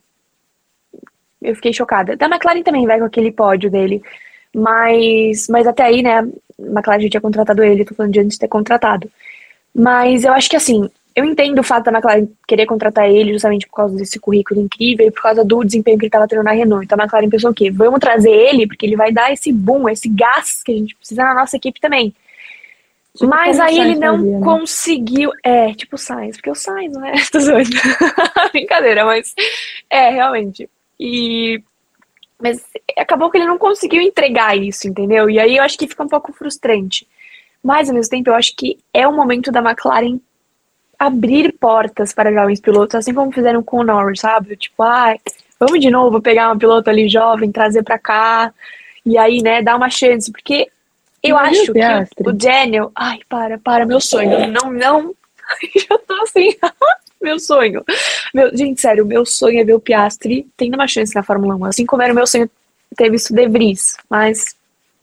Eu fiquei chocada. Da McLaren também vai com aquele pódio dele. Mas até aí, né, a McLaren já tinha contratado ele, tô falando de antes de ter contratado. Mas eu acho que assim, eu entendo o fato da McLaren querer contratar ele justamente por causa desse currículo incrível e por causa do desempenho que ele estava tendo na Renault. Então a McLaren pensou o quê? Vamos trazer ele porque ele vai dar esse boom, esse gás que a gente precisa na nossa equipe também. Tipo, mas aí ele não conseguiu. Tipo o Sainz, porque o Sainz, né? Tô zoando. Brincadeira, mas realmente. Mas acabou que ele não conseguiu entregar isso, entendeu? E aí eu acho que fica um pouco frustrante. Mas ao mesmo tempo eu acho que é o momento da McLaren abrir portas para jovens pilotos, assim como fizeram com o Norris, sabe? Tipo, vamos de novo pegar uma piloto ali jovem, trazer pra cá, e aí, né, dar uma chance, porque eu acho que o Daniel... para, meu sonho, não, já tô assim, meu sonho. Gente, sério, meu sonho é ver o Piastri tendo uma chance na Fórmula 1, assim como era o meu sonho ter visto o De Vries, mas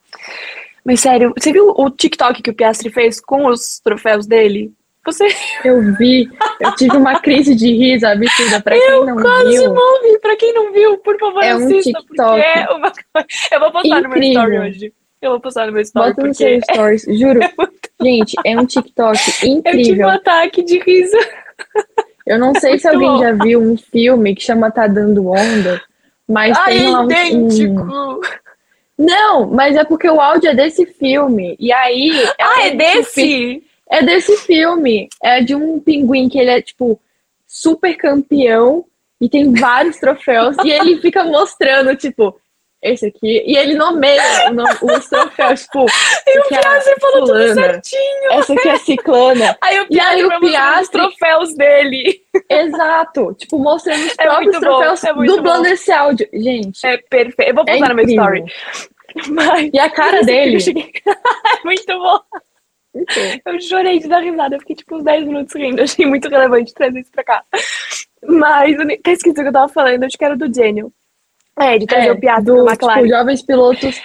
sério, você viu o TikTok que o Piastri fez com os troféus dele? Eu vi, eu tive uma crise de riso absurda. Pra quem não viu, morri. Pra quem não viu, por favor, assista, um TikTok. Eu vou postar no meu story hoje. Eu vou postar no meu story. Bota no seu stories, juro. Gente, é um TikTok incrível. Eu tive um ataque de riso. Eu não sei se alguém já viu um filme que chama Tá Dando Onda, mas tem lá idêntico! Não, mas é porque o áudio é desse filme. E aí... é desse? É desse filme. É de um pinguim que ele é, tipo, super campeão e tem vários troféus. E ele fica mostrando, tipo, esse aqui. E ele nomeia os troféus, tipo... E o Piastri falou tudo certinho. Essa aqui é a ciclana. Aí o Piastri os troféus dele. Exato. Tipo, mostrando os próprios troféus, dublando esse áudio. Gente. É perfeito. Eu vou postar no meu story. Mas... E a cara dele... É muito bom. Eu chorei de dar risada, eu fiquei tipo uns 10 minutos rindo, achei muito relevante trazer isso pra cá. Mas eu até esqueci o que eu tava falando, acho que era do Daniel. De trazer o Piastri do McLaren. Tipo, jovens pilotos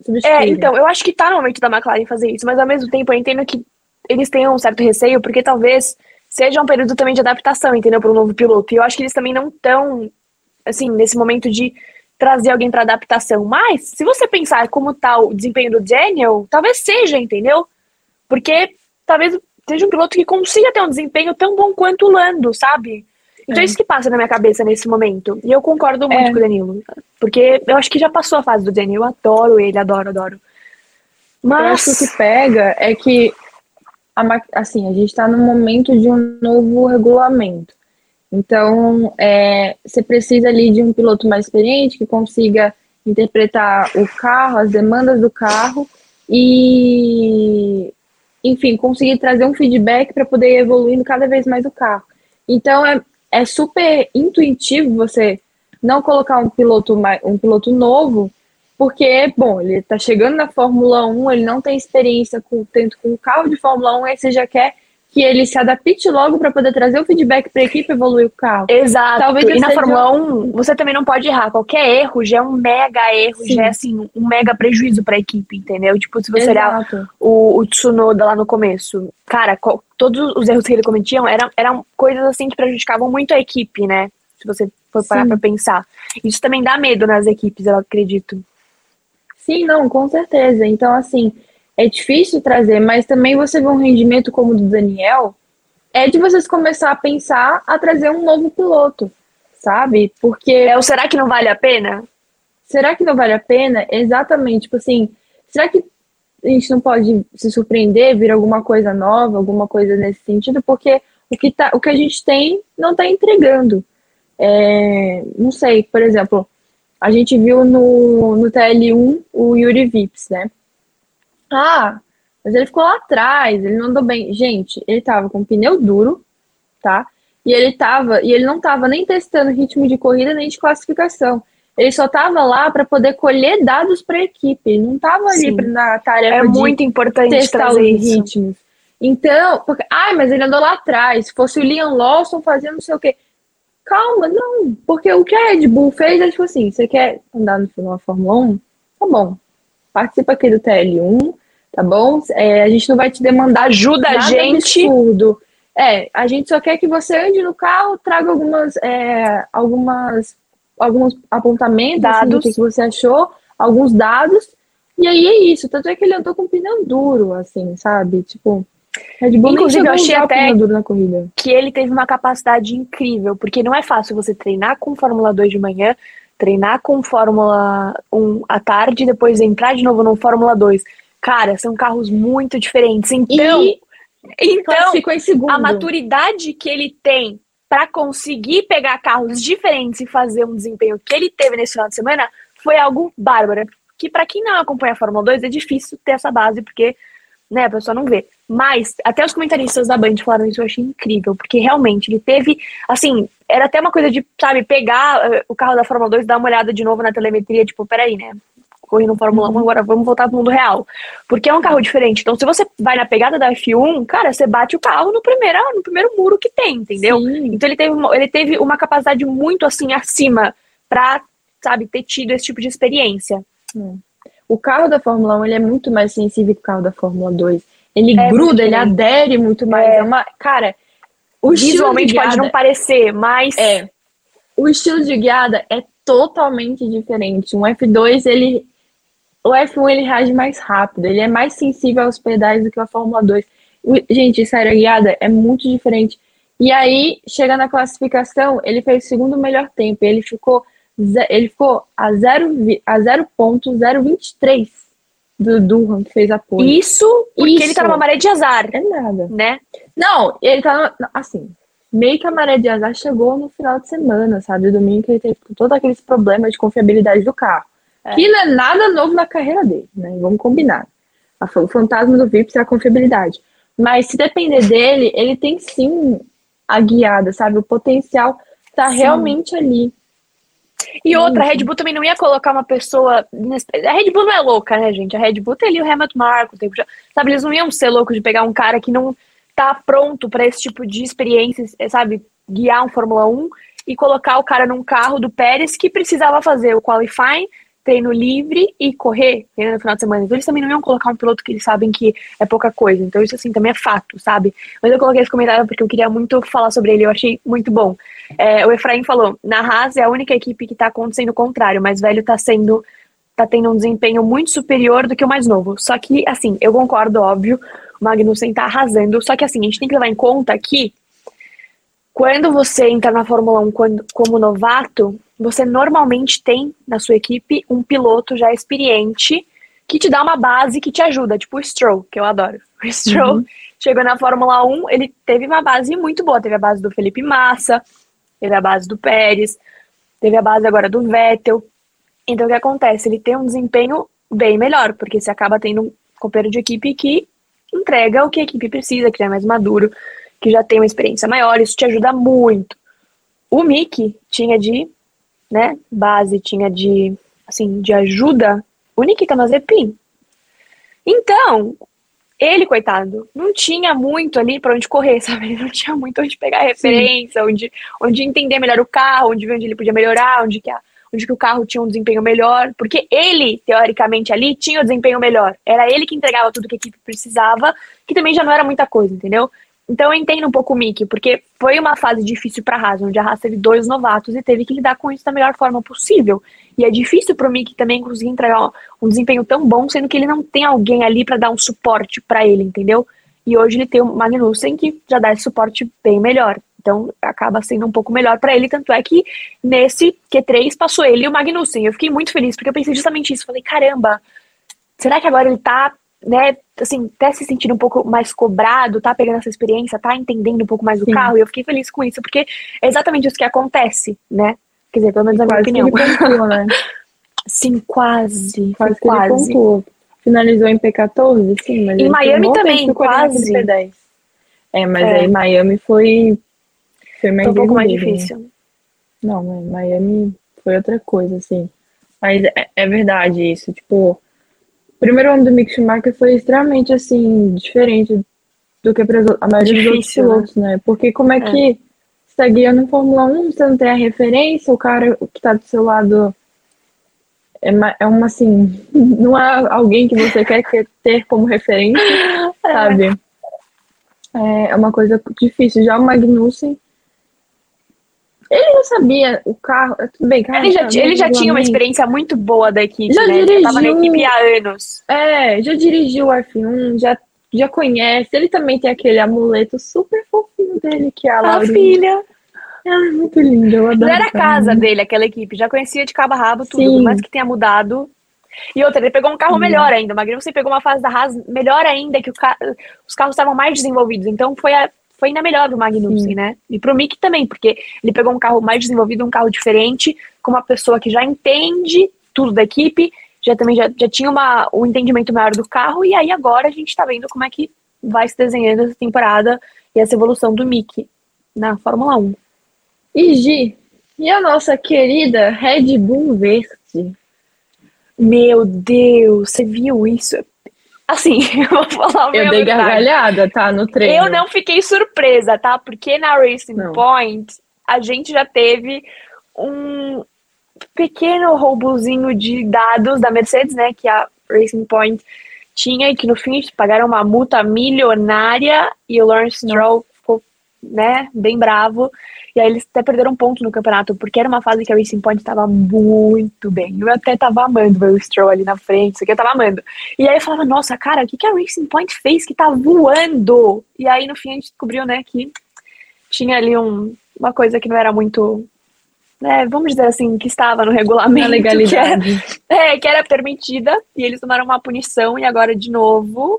substituírem. Então, eu acho que tá no momento da McLaren fazer isso, mas ao mesmo tempo eu entendo que eles tenham um certo receio, porque talvez seja um período também de adaptação, entendeu? Para um novo piloto. E eu acho que eles também não estão, assim, nesse momento de trazer alguém para adaptação. Mas, se você pensar como tá o desempenho do Daniel, talvez seja, entendeu? Porque talvez seja um piloto que consiga ter um desempenho tão bom quanto o Lando, sabe? Então é isso que passa na minha cabeça nesse momento. E eu concordo muito com o Danilo. Porque eu acho que já passou a fase do Daniel. Eu adoro ele, adoro. Mas Eu acho que o que pega é que assim, a gente está no momento de um novo regulamento. Então, você precisa ali de um piloto mais experiente que consiga interpretar o carro, as demandas do carro e, enfim, conseguir trazer um feedback para poder ir evoluindo cada vez mais o carro. Então, é super intuitivo você não colocar um piloto novo, porque, bom, ele está chegando na Fórmula 1, ele não tem experiência tanto com o carro de Fórmula 1, aí você já quer que ele se adapte logo para poder trazer o feedback para a equipe evoluir o carro. Exato. Talvez e na Fórmula 1, você também não pode errar. Qualquer erro já é um mega erro, já é assim, um mega prejuízo para a equipe, entendeu? Tipo, se você olhar o Tsunoda lá no começo, cara, todos os erros que ele cometiam eram coisas assim que prejudicavam muito a equipe, né? Se você for parar para pensar. Isso também dá medo nas equipes, eu acredito. Sim, não, com certeza. Então, assim, é difícil trazer, mas também você vê um rendimento como o do Daniel, é de vocês começar a pensar a trazer um novo piloto, sabe? Porque... será que não vale a pena? Será que não vale a pena? Exatamente, tipo assim, será que a gente não pode se surpreender, vir alguma coisa nova, alguma coisa nesse sentido? Porque o que a gente tem não está entregando. Não sei, por exemplo, a gente viu no TL1 o Yuri Vips, né? Mas ele ficou lá atrás, ele não andou bem. Gente, ele tava com pneu duro, tá? E ele não tava nem testando ritmo de corrida nem de classificação. Ele só tava lá para poder colher dados para a equipe. Ele não tava ali na tarefa de muito importante testar os trazer ritmos. Então, mas ele andou lá atrás. Se fosse o Liam Lawson fazendo não sei o quê. Calma, não. Porque o que a Red Bull fez é tipo assim, você quer andar na Fórmula 1? Tá bom. Participa aqui do TL1, tá bom? A gente não vai te demandar ajuda a gente. Absurdo. A gente só quer que você ande no carro, traga alguns apontamentos assim, do que você achou, alguns dados, e aí é isso. Tanto é que ele andou com pneu duro, assim, sabe? Tipo, Red Bull inclusive eu achei até duro na corrida. Que ele teve uma capacidade incrível, porque não é fácil você treinar com Fórmula 2 de manhã, treinar com Fórmula 1 à tarde, depois entrar de novo no Fórmula 2. Cara, são carros muito diferentes. Então ficou em segundo. A maturidade que ele tem para conseguir pegar carros diferentes e fazer um desempenho que ele teve nesse final de semana foi algo bárbaro. Que para quem não acompanha a Fórmula 2 é difícil ter essa base, porque a pessoa não vê. Mas até os comentaristas da Band falaram isso, eu achei incrível, porque realmente ele teve, assim, era até uma coisa de, sabe, pegar o carro da Fórmula 2 e dar uma olhada de novo na telemetria, tipo, peraí, né? Corri no Fórmula 1, agora vamos voltar pro mundo real. Porque é um carro diferente. Então, se você vai na pegada da F1, cara, você bate o carro no primeiro muro que tem, entendeu? Sim. Então, ele teve uma capacidade muito, assim, acima pra, sabe, ter tido esse tipo de experiência. O carro da Fórmula 1, ele é muito mais sensível que o carro da Fórmula 2. Ele gruda, ele adere muito mais. Cara, visualmente pode não parecer, mas... O estilo de guiada é totalmente diferente. O F1 ele reage mais rápido, ele é mais sensível aos pedais do que a Fórmula 2. Gente, sério, a guiada é muito diferente. E aí, chega na classificação, ele fez o segundo melhor tempo. Ele ficou a 0,023 do Durham, que fez a pole. Isso porque ele tá numa maré de azar. É nada. Né? Não, ele tá, assim, meio que a maré de azar chegou no final de semana, sabe? O domingo que ele teve todos aqueles problemas de confiabilidade do carro. Que não é nada novo na carreira dele, né? Vamos combinar. O fantasma do Vips é a confiabilidade. Mas se depender dele, ele tem sim a guiada, sabe? O potencial tá realmente ali. E outra, a Red Bull também não ia colocar uma pessoa... A Red Bull não é louca, né, gente? A Red Bull tem ali o Helmut Marko, sabe? Eles não iam ser loucos de pegar um cara que não tá pronto para esse tipo de experiência, sabe? Guiar um Fórmula 1 e colocar o cara num carro do Pérez que precisava fazer o qualifying treino livre e correr, né, no final de semana. Então eles também não iam colocar um piloto que eles sabem que é pouca coisa. Então isso, assim, também é fato, sabe? Mas eu coloquei esse comentário porque eu queria muito falar sobre ele. Eu achei muito bom. O Efraim falou, na Haas é a única equipe que tá acontecendo o contrário. Mas velho tá tendo um desempenho muito superior do que o mais novo. Só que, assim, eu concordo, óbvio, o Magnussen tá arrasando. Só que, assim, a gente tem que levar em conta que quando você entra na Fórmula 1 como novato, você normalmente tem na sua equipe um piloto já experiente que te dá uma base que te ajuda, tipo o Stroll, que eu adoro. O Stroll chegou na Fórmula 1, ele teve uma base muito boa. Teve a base do Felipe Massa, teve a base do Pérez, teve a base agora do Vettel. Então o que acontece? Ele tem um desempenho bem melhor, porque você acaba tendo um companheiro de equipe que entrega o que a equipe precisa, que já é mais maduro, que já tem uma experiência maior, isso te ajuda muito. O Mick tinha de, né, base, tinha de, assim, de ajuda, o Nikita Mazepin. Então, ele, coitado, não tinha muito ali pra onde correr, sabe? Ele não tinha muito onde pegar referência, onde entender melhor o carro, onde ver onde ele podia melhorar, onde que o carro tinha um desempenho melhor, porque ele, teoricamente, ali tinha o desempenho melhor. Era ele que entregava tudo que a equipe precisava, que também já não era muita coisa, entendeu? Então eu entendo um pouco o Mick, porque foi uma fase difícil para a Haas, onde a Haas teve 2 novatos e teve que lidar com isso da melhor forma possível. E é difícil para o Mick também conseguir entregar um desempenho tão bom, sendo que ele não tem alguém ali para dar um suporte para ele, entendeu? E hoje ele tem o Magnussen que já dá esse suporte bem melhor. Então acaba sendo um pouco melhor para ele, tanto é que nesse Q3 passou ele e o Magnussen. Eu fiquei muito feliz, porque eu pensei justamente isso. Falei, caramba, será que agora ele tá, né, assim, até se sentindo um pouco mais cobrado, tá pegando essa experiência, tá entendendo um pouco mais do carro, e eu fiquei feliz com isso, porque é exatamente isso que acontece, né? Quer dizer, pelo menos na minha opinião. Que ele pontuou, né? Sim, quase. Quase que ele pontuou. Finalizou em P14, sim, mas em Miami também, quase. P10. Mas aí Miami foi mais um pouco mais difícil. Né? Não, mas Miami foi outra coisa, assim. Mas é verdade isso, tipo, o primeiro ano do Mick Schumacher foi extremamente, assim, diferente do que a maioria dos outros pilotos, né? Porque como é que você tá guiando em Fórmula 1, você não tem a referência, o cara que tá do seu lado é uma, assim, não é alguém que você quer ter como referência, sabe? É uma coisa difícil. Já o Magnussen, ele não sabia o carro. Tudo bem, cara, ele já tinha uma experiência muito boa da equipe, já né? Dirigiu, ele tava na equipe há anos. Já dirigiu o F1, já conhece. Ele também tem aquele amuleto super fofinho dele, que é a Laurinha. Filha. Ela é muito linda, eu adoro. Já era a casa dele, aquela equipe. Já conhecia de cabo a rabo tudo, por mais que tenha mudado. E outra, ele pegou um carro melhor ainda. O Magnussen pegou uma fase da Haas melhor ainda, que os carros estavam mais desenvolvidos. Então foi ainda melhor do Magnussen, né? E pro Mick também, porque ele pegou um carro mais desenvolvido, um carro diferente, com uma pessoa que já entende tudo da equipe, já tinha um entendimento maior do carro, e aí agora a gente tá vendo como é que vai se desenhando essa temporada e essa evolução do Mick na Fórmula 1. E Gi, e a nossa querida Red Bull Verde? Meu Deus, você viu isso? Assim, eu vou falar o meu. Eu dei gargalhada, tá? No treino. Eu não fiquei surpresa, tá? Porque na Racing Point a gente já teve um pequeno roubozinho de dados da Mercedes, né? Que a Racing Point tinha e que no fim eles pagaram uma multa milionária e o Lawrence Stroll ficou, né, bem bravo. E aí eles até perderam um ponto no campeonato, porque era uma fase que a Racing Point estava muito bem. Eu até tava amando ver o Stroll ali na frente, isso aqui eu tava amando. E aí eu falava, nossa, cara, o que a Racing Point fez que tá voando? E aí no fim a gente descobriu, né, que tinha ali uma coisa que não era muito, né, vamos dizer assim, que estava no regulamento. Na legalidade. Que era permitida, e eles tomaram uma punição, e agora de novo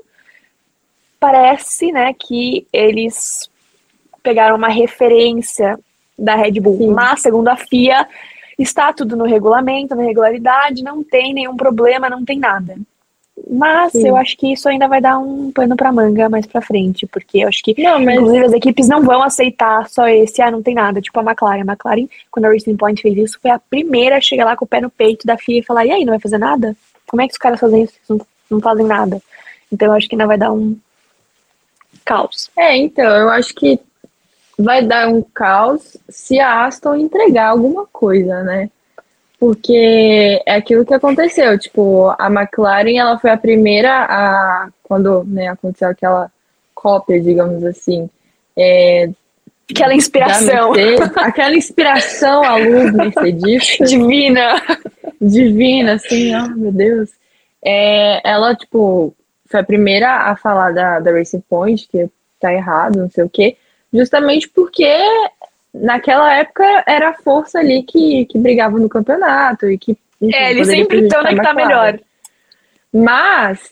parece, né, que eles pegaram uma referência da Red Bull. Sim. Mas, segundo a FIA, está tudo no regulamento, na regularidade, não tem nenhum problema, não tem nada. Mas eu acho que isso ainda vai dar um pano pra manga mais pra frente, porque eu acho que, inclusive, as equipes não vão aceitar só não tem nada, tipo a McLaren. A McLaren, quando a Racing Point fez isso, foi a primeira a chegar lá com o pé no peito da FIA e falar, e aí, não vai fazer nada? Como é que os caras fazem isso? Não fazem nada. Então eu acho que ainda vai dar um caos. Então, eu acho que vai dar um caos se a Aston entregar alguma coisa, né? Porque é aquilo que aconteceu, tipo, a McLaren, ela foi a primeira a, quando, né, aconteceu aquela cópia, digamos assim, Aquela da inspiração Mercedes, aquela inspiração à luz mercedista, divina. divina, assim, oh meu Deus. Ela, tipo, foi a primeira a falar da Racing Point, que tá errado, não sei o quê, justamente porque naquela época era a força ali que brigava no campeonato e que, enfim, Eles poderia sempre estão prejudicar na que a tá McLaren. melhor. Mas,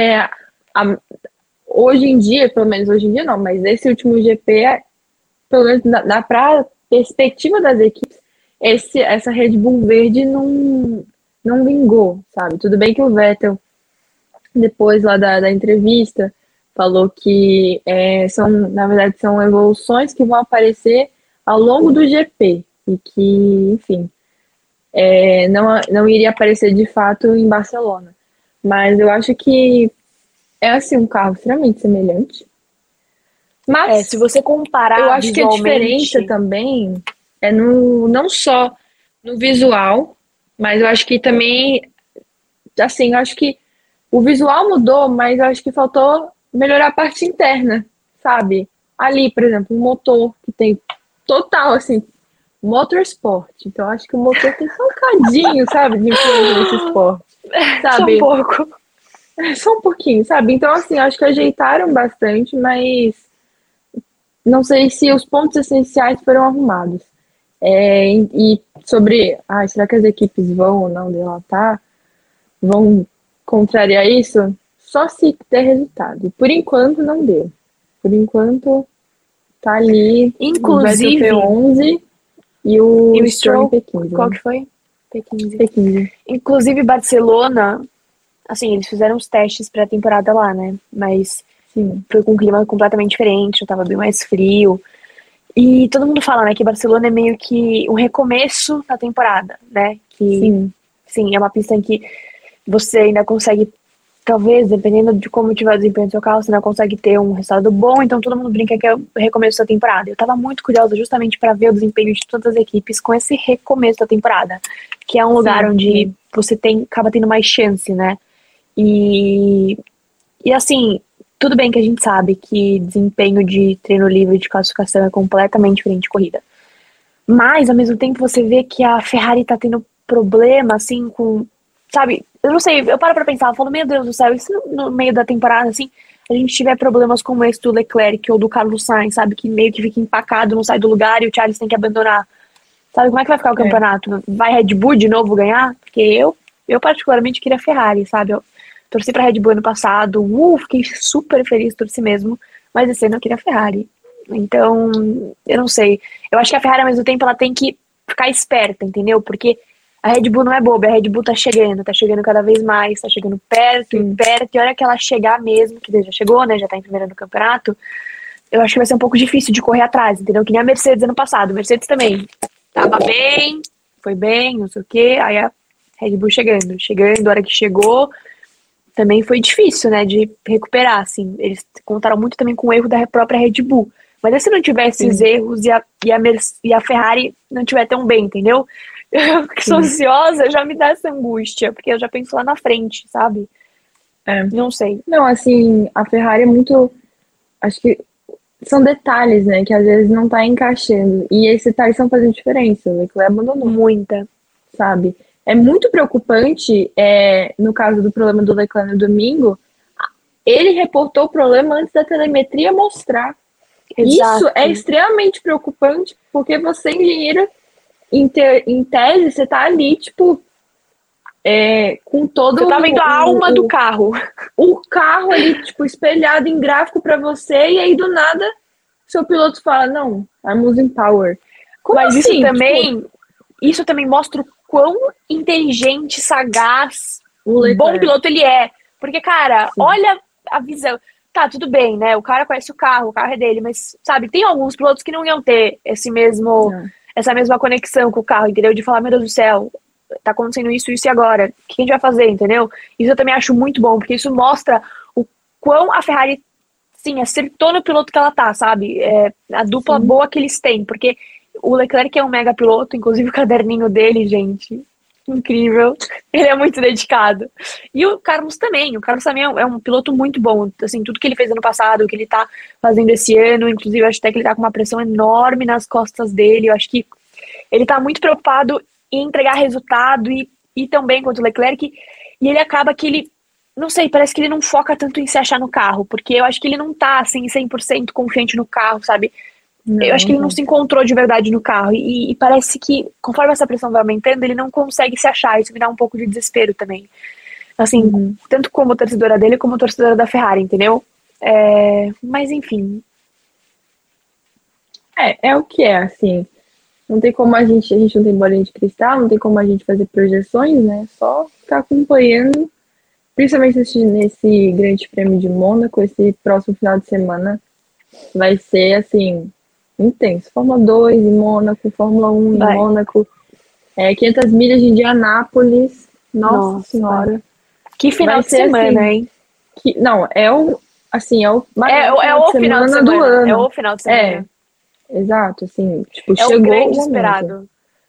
hoje em dia, pelo menos hoje em dia não, mas esse último GP, pelo menos pra perspectiva das equipes, essa Red Bull verde não vingou, sabe? Tudo bem que o Vettel, depois lá da entrevista, falou que na verdade, são evoluções que vão aparecer ao longo do GP e que, enfim, não iria aparecer de fato em Barcelona. Mas eu acho que é assim um carro extremamente semelhante. Mas Se você comparar eu acho que a visualmente, diferença também é não só no visual, mas eu acho que também, assim, eu acho que o visual mudou, mas eu acho que faltou melhorar a parte interna, sabe? Ali, por exemplo, um motor que tem total, assim, motorsport. Então, eu acho que o motor tem só um cadinho, sabe, de influência nesse esporte, só um sabe? pouco. Só um pouquinho, sabe? Então, assim, eu acho que ajeitaram bastante, mas não sei se os pontos essenciais foram arrumados. E sobre, será que as equipes vão ou não delatar? Vão contrariar isso? Só se der resultado. Por enquanto, não deu. Por enquanto, tá ali Inclusive, o P11 e o Stroll, P15. qual que foi? P15. P15. Inclusive, Barcelona, assim, eles fizeram os testes pré-temporada lá, né? Mas Sim. foi com um clima completamente diferente, já tava bem mais frio. E todo mundo fala, né, que Barcelona é meio que um recomeço da temporada, né? Que, sim, é uma pista em que você ainda consegue, talvez, dependendo de como tiver o desempenho do seu carro, você ainda consegue ter um resultado bom, então todo mundo brinca que é o recomeço da temporada. Eu tava muito curiosa justamente para ver o desempenho de todas as equipes com esse recomeço da temporada, que é um lugar onde você acaba tendo mais chance, né? E assim, tudo bem que a gente sabe que desempenho de treino livre de classificação é completamente diferente de corrida. Mas, ao mesmo tempo, você vê que a Ferrari tá tendo problema, assim, com... Sabe, eu não sei, eu paro pra pensar, eu falo, meu Deus do céu, e se no meio da temporada, assim, a gente tiver problemas como esse do Leclerc ou do Carlos Sainz, sabe, que meio que fica empacado, não sai do lugar e o Charles tem que abandonar. Sabe, como é que vai ficar o campeonato? Vai Red Bull de novo ganhar? Porque eu particularmente queria Ferrari, sabe, eu torci pra Red Bull ano passado, fiquei super feliz, torci mesmo, mas esse ano eu queria Ferrari. Então, eu não sei. Eu acho que a Ferrari, ao mesmo tempo, ela tem que ficar esperta, entendeu? Porque a Red Bull não é boba, a Red Bull tá chegando cada vez mais, tá chegando perto e perto, e a hora que ela chegar mesmo, que já chegou, né, já tá em primeiro no campeonato, eu acho que vai ser um pouco difícil de correr atrás, entendeu? Que nem a Mercedes ano passado. A Mercedes também tava bem, foi bem, não sei o quê, aí a Red Bull chegando, a hora que chegou, também foi difícil, né, de recuperar, assim. Eles contaram muito também com o erro da própria Red Bull. Mas se não tivesse esses erros e a Ferrari não tiver tão bem, entendeu? Eu que sou ansiosa, já me dá essa angústia, porque eu já penso lá na frente, sabe? Não sei. Não, assim, a Ferrari é muito... Acho que são detalhes, né, que às vezes não tá encaixando. E esses detalhes estão fazendo diferença. O Leclerc abandonou. Muita. Sabe? É muito preocupante, no caso do problema do Leclerc no domingo, ele reportou o problema antes da telemetria mostrar. Exato. Isso é extremamente preocupante, porque você, engenheiro, em tese, você tá ali, tipo, com todo... Você tá vendo a alma do carro. O carro ali, tipo, espelhado em gráfico pra você, e aí, do nada, seu piloto fala, não, I'm losing power. Como Mas assim? Isso também mostra o quão inteligente, sagaz, bom Leclerc. piloto ele é. Porque, cara, olha a visão. Tá, tudo bem, né? O cara conhece o carro é dele, mas, sabe, tem alguns pilotos que não iam ter essa mesma conexão com o carro, entendeu? De falar, meu Deus do céu, tá acontecendo isso e agora? O que a gente vai fazer, entendeu? Isso eu também acho muito bom, porque isso mostra o quão a Ferrari, sim, acertou no piloto que ela tá, sabe? A dupla boa que eles têm, porque o Leclerc é um mega piloto, inclusive o caderninho dele, gente, incrível. Ele é muito dedicado. E o Carlos também. O Carlos também é um piloto muito bom. Assim, tudo que ele fez ano passado, o que ele tá fazendo esse ano, inclusive, eu acho até que ele tá com uma pressão enorme nas costas dele. Eu acho que ele tá muito preocupado em entregar resultado e tão bem quanto o Leclerc. E ele acaba que ele, não sei, parece que ele não foca tanto em se achar no carro, porque eu acho que ele não tá, assim, 100% confiante no carro, sabe? Eu acho que ele não se encontrou de verdade no carro. E parece que, conforme essa pressão vai aumentando, ele não consegue se achar. Isso me dá um pouco de desespero também. Assim, tanto como torcedora dele, como torcedora da Ferrari, entendeu? Mas, enfim. É o que é, assim. Não tem como a gente não tem bolinha de cristal, não tem como a gente fazer projeções, né? Só ficar acompanhando, principalmente nesse Grande Prêmio de Mônaco, esse próximo final de semana. Vai ser, assim, intenso. Fórmula 2 em Mônaco, Fórmula 1 em Mônaco, 500 milhas de Indianápolis. Nossa Senhora. Que final de semana, assim, hein? Não, é o final de semana do ano. É o final de semana. Exato, assim, tipo, chegou o grande esperado.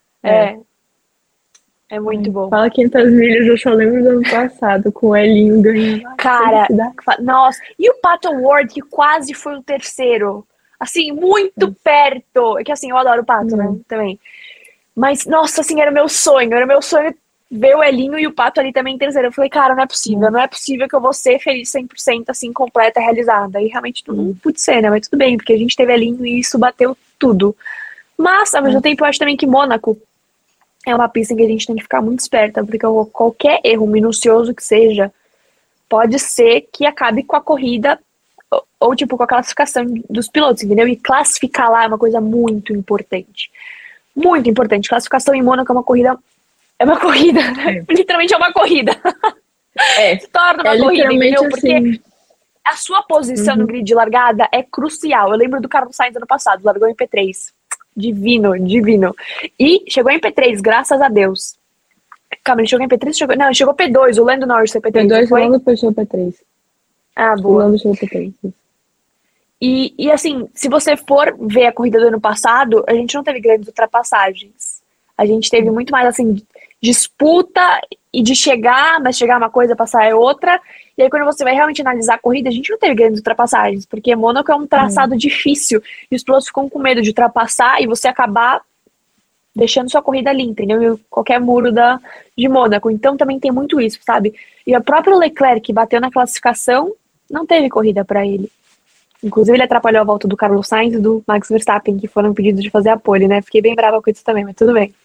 É muito bom. Fala 500 milhas, eu só lembro do ano passado, com o Elinho ganhando. Cara, nossa. E o Pato Ward, que quase foi o terceiro. Assim, muito perto. É que assim, eu adoro o Pato, né, também. Mas, nossa, assim, era meu sonho ver o Elinho e o Pato ali também em terceiro. Eu falei, cara, não é possível que eu vou ser feliz 100%, assim, completa, realizada. E realmente não pude ser, né, mas tudo bem, porque a gente teve Elinho e isso bateu tudo. Mas, ao mesmo tempo, eu acho também que Mônaco é uma pista em que a gente tem que ficar muito esperta, porque qualquer erro minucioso que seja, pode ser que acabe com a corrida ou tipo, com a classificação dos pilotos, entendeu? E classificar lá é uma coisa muito importante. Muito importante. Classificação em Mônaco é uma corrida. Literalmente é uma corrida. Se torna uma corrida, entendeu? Porque assim, a sua posição no grid de largada é crucial. Eu lembro do Carlos Sainz ano passado, largou em P3. Divino. E chegou em P3, graças a Deus. Calma, ele chegou em P3? Não, ele chegou P2, o Lando Norris foi P3. P2, o Lando chegou P3. Ah, boa. O Lando chegou P3. E assim, se você for ver a corrida do ano passado, a gente não teve grandes ultrapassagens. A gente teve muito mais, assim, disputa e de chegar, mas chegar uma coisa, passar é outra. E aí, quando você vai realmente analisar a corrida, a gente não teve grandes ultrapassagens, porque Mônaco é um traçado difícil e os pilotos ficam com medo de ultrapassar e você acabar deixando sua corrida ali, entendeu? E qualquer muro de Mônaco. Então, também tem muito isso, sabe? E o próprio Leclerc, que bateu na classificação, não teve corrida para ele. Inclusive, ele atrapalhou a volta do Carlos Sainz e do Max Verstappen, que foram pedidos de fazer a pole, né? Fiquei bem brava com isso também, mas tudo bem.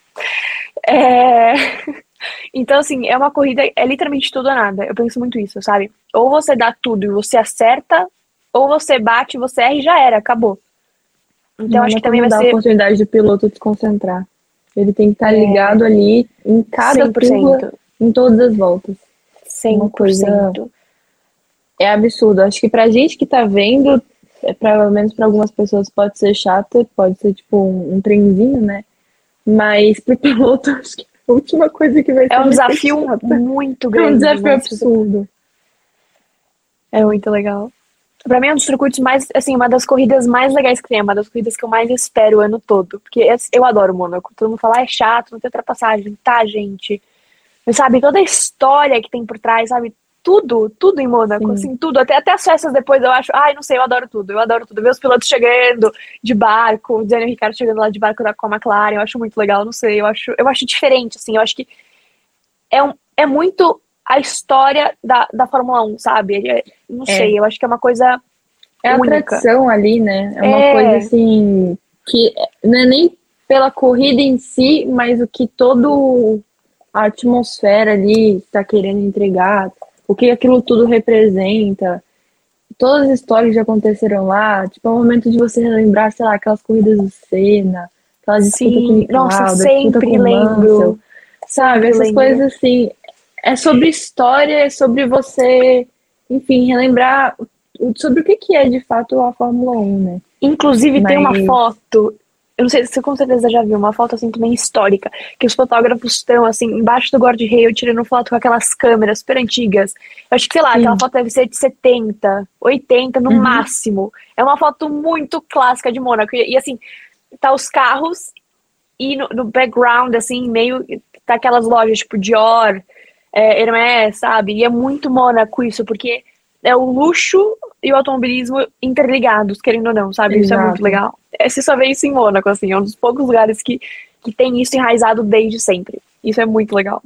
Então, assim, é uma corrida, é literalmente tudo ou nada. Eu penso muito isso, sabe? Ou você dá tudo e você acerta, ou você bate, você erra e já era, acabou. Então, acho que também vai ser... a oportunidade do piloto de se concentrar. Ele tem que estar ligado ali em cada 100%. curva, em todas as voltas. 100%. Uma coisa... É absurdo. Acho que pra gente que tá vendo, pelo menos pra algumas pessoas pode ser chato, pode ser tipo um trenzinho, né? Mas pro piloto, acho que a última coisa que vai ser... É um desafio muito grande. É um desafio absurdo. É muito legal. Pra mim é um dos circuitos mais, assim, uma das corridas mais legais que tem, uma das corridas que eu mais espero o ano todo. Porque eu adoro Mônaco. Todo mundo fala, é chato, não tem ultrapassagem. Tá, gente. Mas sabe, toda a história que tem por trás, sabe? Tudo em Mônaco, assim, tudo. Até as festas depois eu acho, não sei, eu adoro tudo. Ver os pilotos chegando de barco, o Daniel Ricciardo chegando lá de barco com a McLaren, eu acho muito legal, não sei, eu acho diferente, assim, eu acho que é muito a história da Fórmula 1, sabe? Não sei, eu acho que é uma coisa única. A tradição ali, né? É uma coisa, assim, que não é nem pela corrida em si, mas o que toda a atmosfera ali está querendo entregar, o que aquilo tudo representa, todas as histórias que já aconteceram lá, tipo, é o momento de você relembrar, sei lá, aquelas corridas do Senna, aquelas disputas com o Nick nossa, Lauda, sempre lembro. Sabe, essas coisas assim, é sobre história, é sobre você, enfim, relembrar sobre o que é de fato a Fórmula 1, né? Inclusive tem uma foto, eu não sei se você com certeza já viu, uma foto assim também histórica, que os fotógrafos estão assim, embaixo do guarda-reio tirando foto com aquelas câmeras super antigas. Eu acho que, sei lá, aquela foto deve ser de 70, 80 no máximo. É uma foto muito clássica de Mônaco. E assim, tá os carros e no background, assim, meio tá aquelas lojas tipo Dior, Hermès, sabe? E é muito Mônaco isso, porque é o luxo e o automobilismo interligados, querendo ou não, sabe? Isso é muito Exato. legal. Você só vê isso em Mônaco, assim, é um dos poucos lugares que tem isso enraizado desde sempre. Isso é muito legal.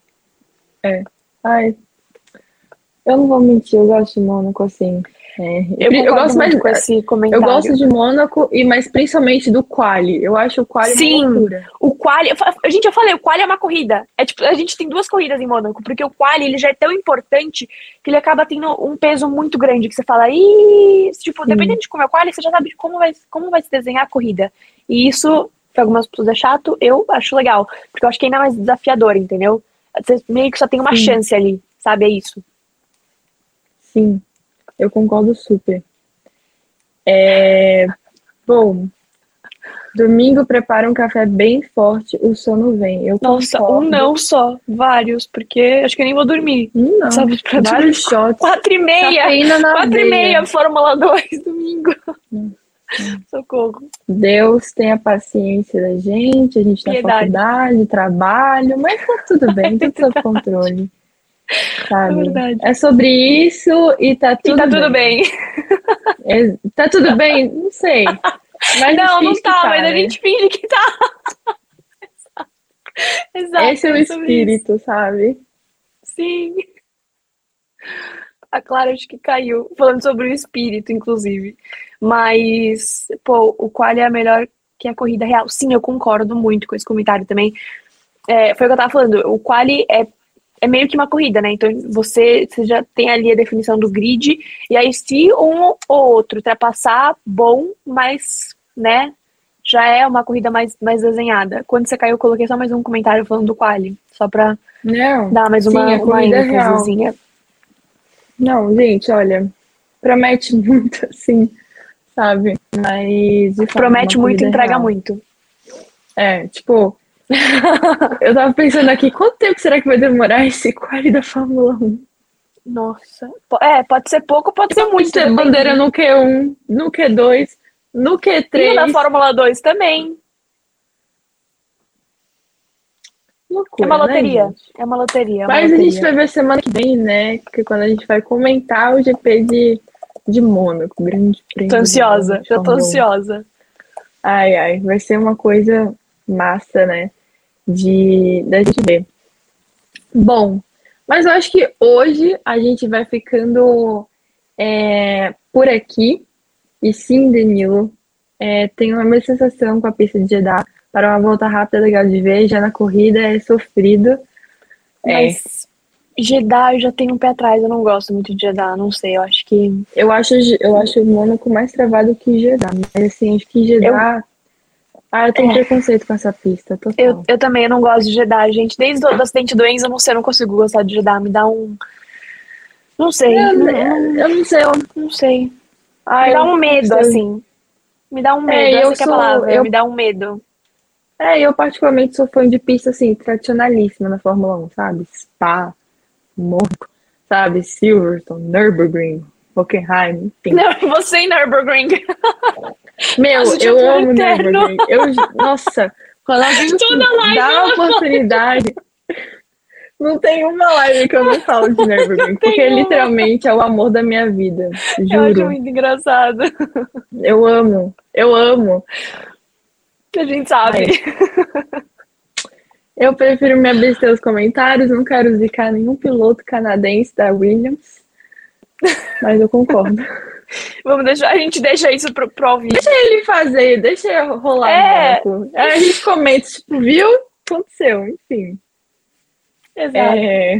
Ai, eu não vou mentir, eu gosto de Mônaco, assim. Eu Eu gosto mais com esse Eu comentário. gosto de Mônaco, mas principalmente do quali. Eu acho o quali Sim. uma loucura. O quali, gente, eu falei, o quali é uma corrida. É tipo, a gente tem 2 corridas em Mônaco, porque o quali ele já é tão importante que ele acaba tendo um peso muito grande, que você fala, tipo, dependendo de como é o quali, você já sabe como vai se desenhar a corrida. E isso, para algumas pessoas é chato, eu acho legal, porque eu acho que é ainda mais desafiador, entendeu? Você meio que só tem uma chance ali, sabe? É isso. Sim, eu concordo super. Bom, domingo prepara um café bem forte, o sono vem. Eu Nossa, concordo. não só, vários, porque acho que eu nem vou dormir. Não, Sabe, pra vários shots. 4h30. Cafeína na 4h30, veia. Fórmula 2, domingo. Socorro. Deus tenha paciência da gente, a gente na Piedade. faculdade, trabalho, mas tá tudo bem, tudo sob controle. Sabe? É verdade. É sobre isso e tá tudo E tá tudo bem. Tá tudo bem? Não sei. Mas Não, não finge que tá, mas né? a gente finge que tá. Exato. Esse é o sobre espírito, sabe? isso. Sim. A Clara acho que caiu, falando sobre o espírito, inclusive. Mas, pô, o qual é a melhor que a corrida real? Sim, eu concordo muito com esse comentário também. Foi o que eu tava falando. O quali é meio que uma corrida, né? Então você já tem ali a definição do grid, e aí se um ou outro ultrapassar, bom, mas, né, já é uma corrida mais desenhada. Quando você caiu, eu coloquei só mais um comentário falando do quali, só pra Não. dar mais Sim, a uma corrida é real. ênfasezinha. Não, gente, olha, promete muito, assim, sabe? Mas, de fato, Promete uma muito, corrida entrega real. muito. Tipo, eu tava pensando aqui, quanto tempo será que vai demorar esse quali da Fórmula 1? Nossa. Pode ser pouco, pode ser Pode muito. ter depende. bandeira no Q1, no Q2, no E o Q3. da Fórmula 2 também. Loucura, É uma né, loteria. gente? É uma loteria. Mas a gente vai ver semana que vem, né? Que quando a gente vai comentar o GP de Mônaco, o grande prêmio. Tô ansiosa. de Já tô Fórmula 1. ansiosa. Ai, vai ser uma coisa massa, né? Da gente ver. Bom, mas eu acho que hoje a gente vai ficando por aqui. E sim, Danilo, tenho a mesma sensação com a pista de Jeddah. Para uma volta rápida, legal de ver, já na corrida é sofrido. Mas Jeddah eu já tenho um pé atrás. Eu não gosto muito de Jeddah. Não sei, eu acho que... Eu acho o Mônaco mais travado que Jeddah. Mas assim, acho que Jeddah... eu tenho preconceito com essa pista, total. Eu também não gosto de Jeddah, gente. Desde o acidente do Enzo, eu não consigo gostar de Jeddah. Me dá um... Não sei. Eu não sei. Não sei. Me dá um medo, assim. Me dá um medo. Essa que é a palavra. Me dá um medo. Eu particularmente sou fã de pista, assim, tradicionalíssima na Fórmula 1, sabe? Spa, Mônaco, sabe? Silverstone, Nürburgring, Hockenheim, enfim. Não, você em Nürburgring. Meu, Nossa, eu amo eterno. Nürburgring. Nossa, quando alguém dá a oportunidade... Não tem uma live que eu não falo de Nürburgring, porque literalmente é o amor da minha vida, juro. Eu acho muito engraçado. Eu amo. A gente sabe. Eu prefiro me abster os comentários, não quero zicar nenhum piloto canadense da Williams, mas eu concordo. A gente deixa isso pro ouvir. Deixa ele fazer, deixa rolar um pouco. Aí a gente comenta, tipo, viu? Aconteceu, enfim. Exato.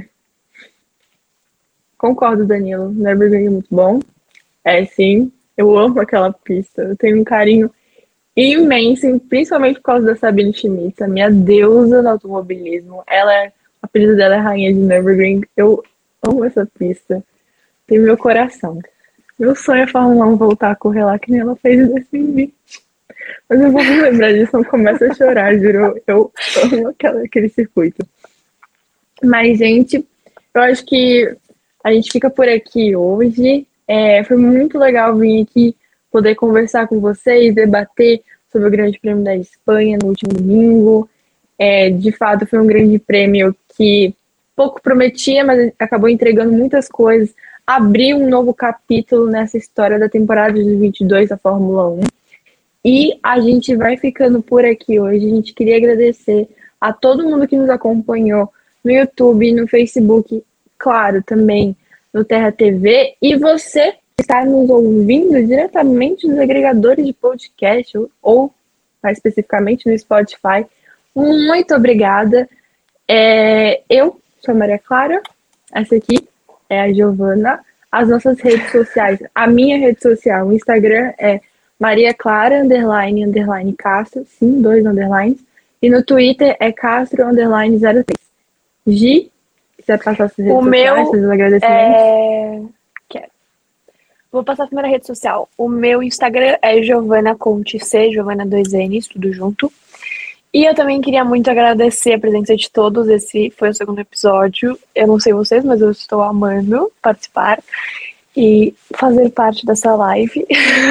Concordo, Danilo. Nürburgring é muito bom. Sim. Eu amo aquela pista. Eu tenho um carinho imenso, principalmente por causa da Sabine Schmitz, a minha deusa no automobilismo. O apelido dela é Rainha de Nürburgring. Eu amo essa pista. Tem meu coração. Meu sonho é a Fórmula 1 voltar a correr lá, que nem ela fez em 2020. Mas eu vou me lembrar disso, não começa a chorar, juro. Eu amo aquele circuito. Mas, gente, eu acho que a gente fica por aqui hoje. Foi muito legal vir aqui poder conversar com vocês, debater sobre o Grande Prêmio da Espanha no último domingo. De fato, foi um grande prêmio que pouco prometia, mas acabou entregando muitas coisas. Abriu um novo capítulo nessa história da temporada de 2022 da Fórmula 1. E a gente vai ficando por aqui hoje. A gente queria agradecer a todo mundo que nos acompanhou no YouTube, no Facebook, claro, também no Terra TV. E você que está nos ouvindo diretamente nos agregadores de podcast ou mais especificamente no Spotify, muito obrigada. Eu sou a Maria Clara, essa aqui é a Giovana. As nossas redes sociais, a minha rede social, o Instagram é Maria Clara, _ Castro, sim, 2 underlines. E no Twitter é Castro, _03. Gi, quiser passar suas redes sociais, seus agradecimentos? Quero. Vou passar a primeira rede social. O meu Instagram é Giovana Conte C, Giovana 2 N's, tudo junto. E eu também queria muito agradecer a presença de todos. Esse foi o segundo episódio. Eu não sei vocês, mas eu estou amando participar e fazer parte dessa live.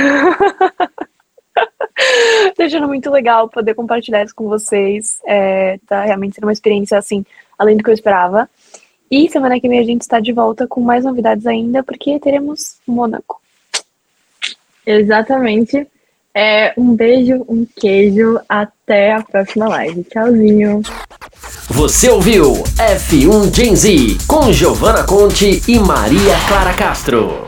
Tá achando muito legal poder compartilhar isso com vocês. Tá realmente sendo uma experiência, assim, além do que eu esperava. E semana que vem a gente está de volta com mais novidades ainda, porque teremos Mônaco. Exatamente. Um beijo, um queijo, até a próxima live. Tchauzinho. Você ouviu F1 Gen Z com Giovana Conte e Maria Clara Castro.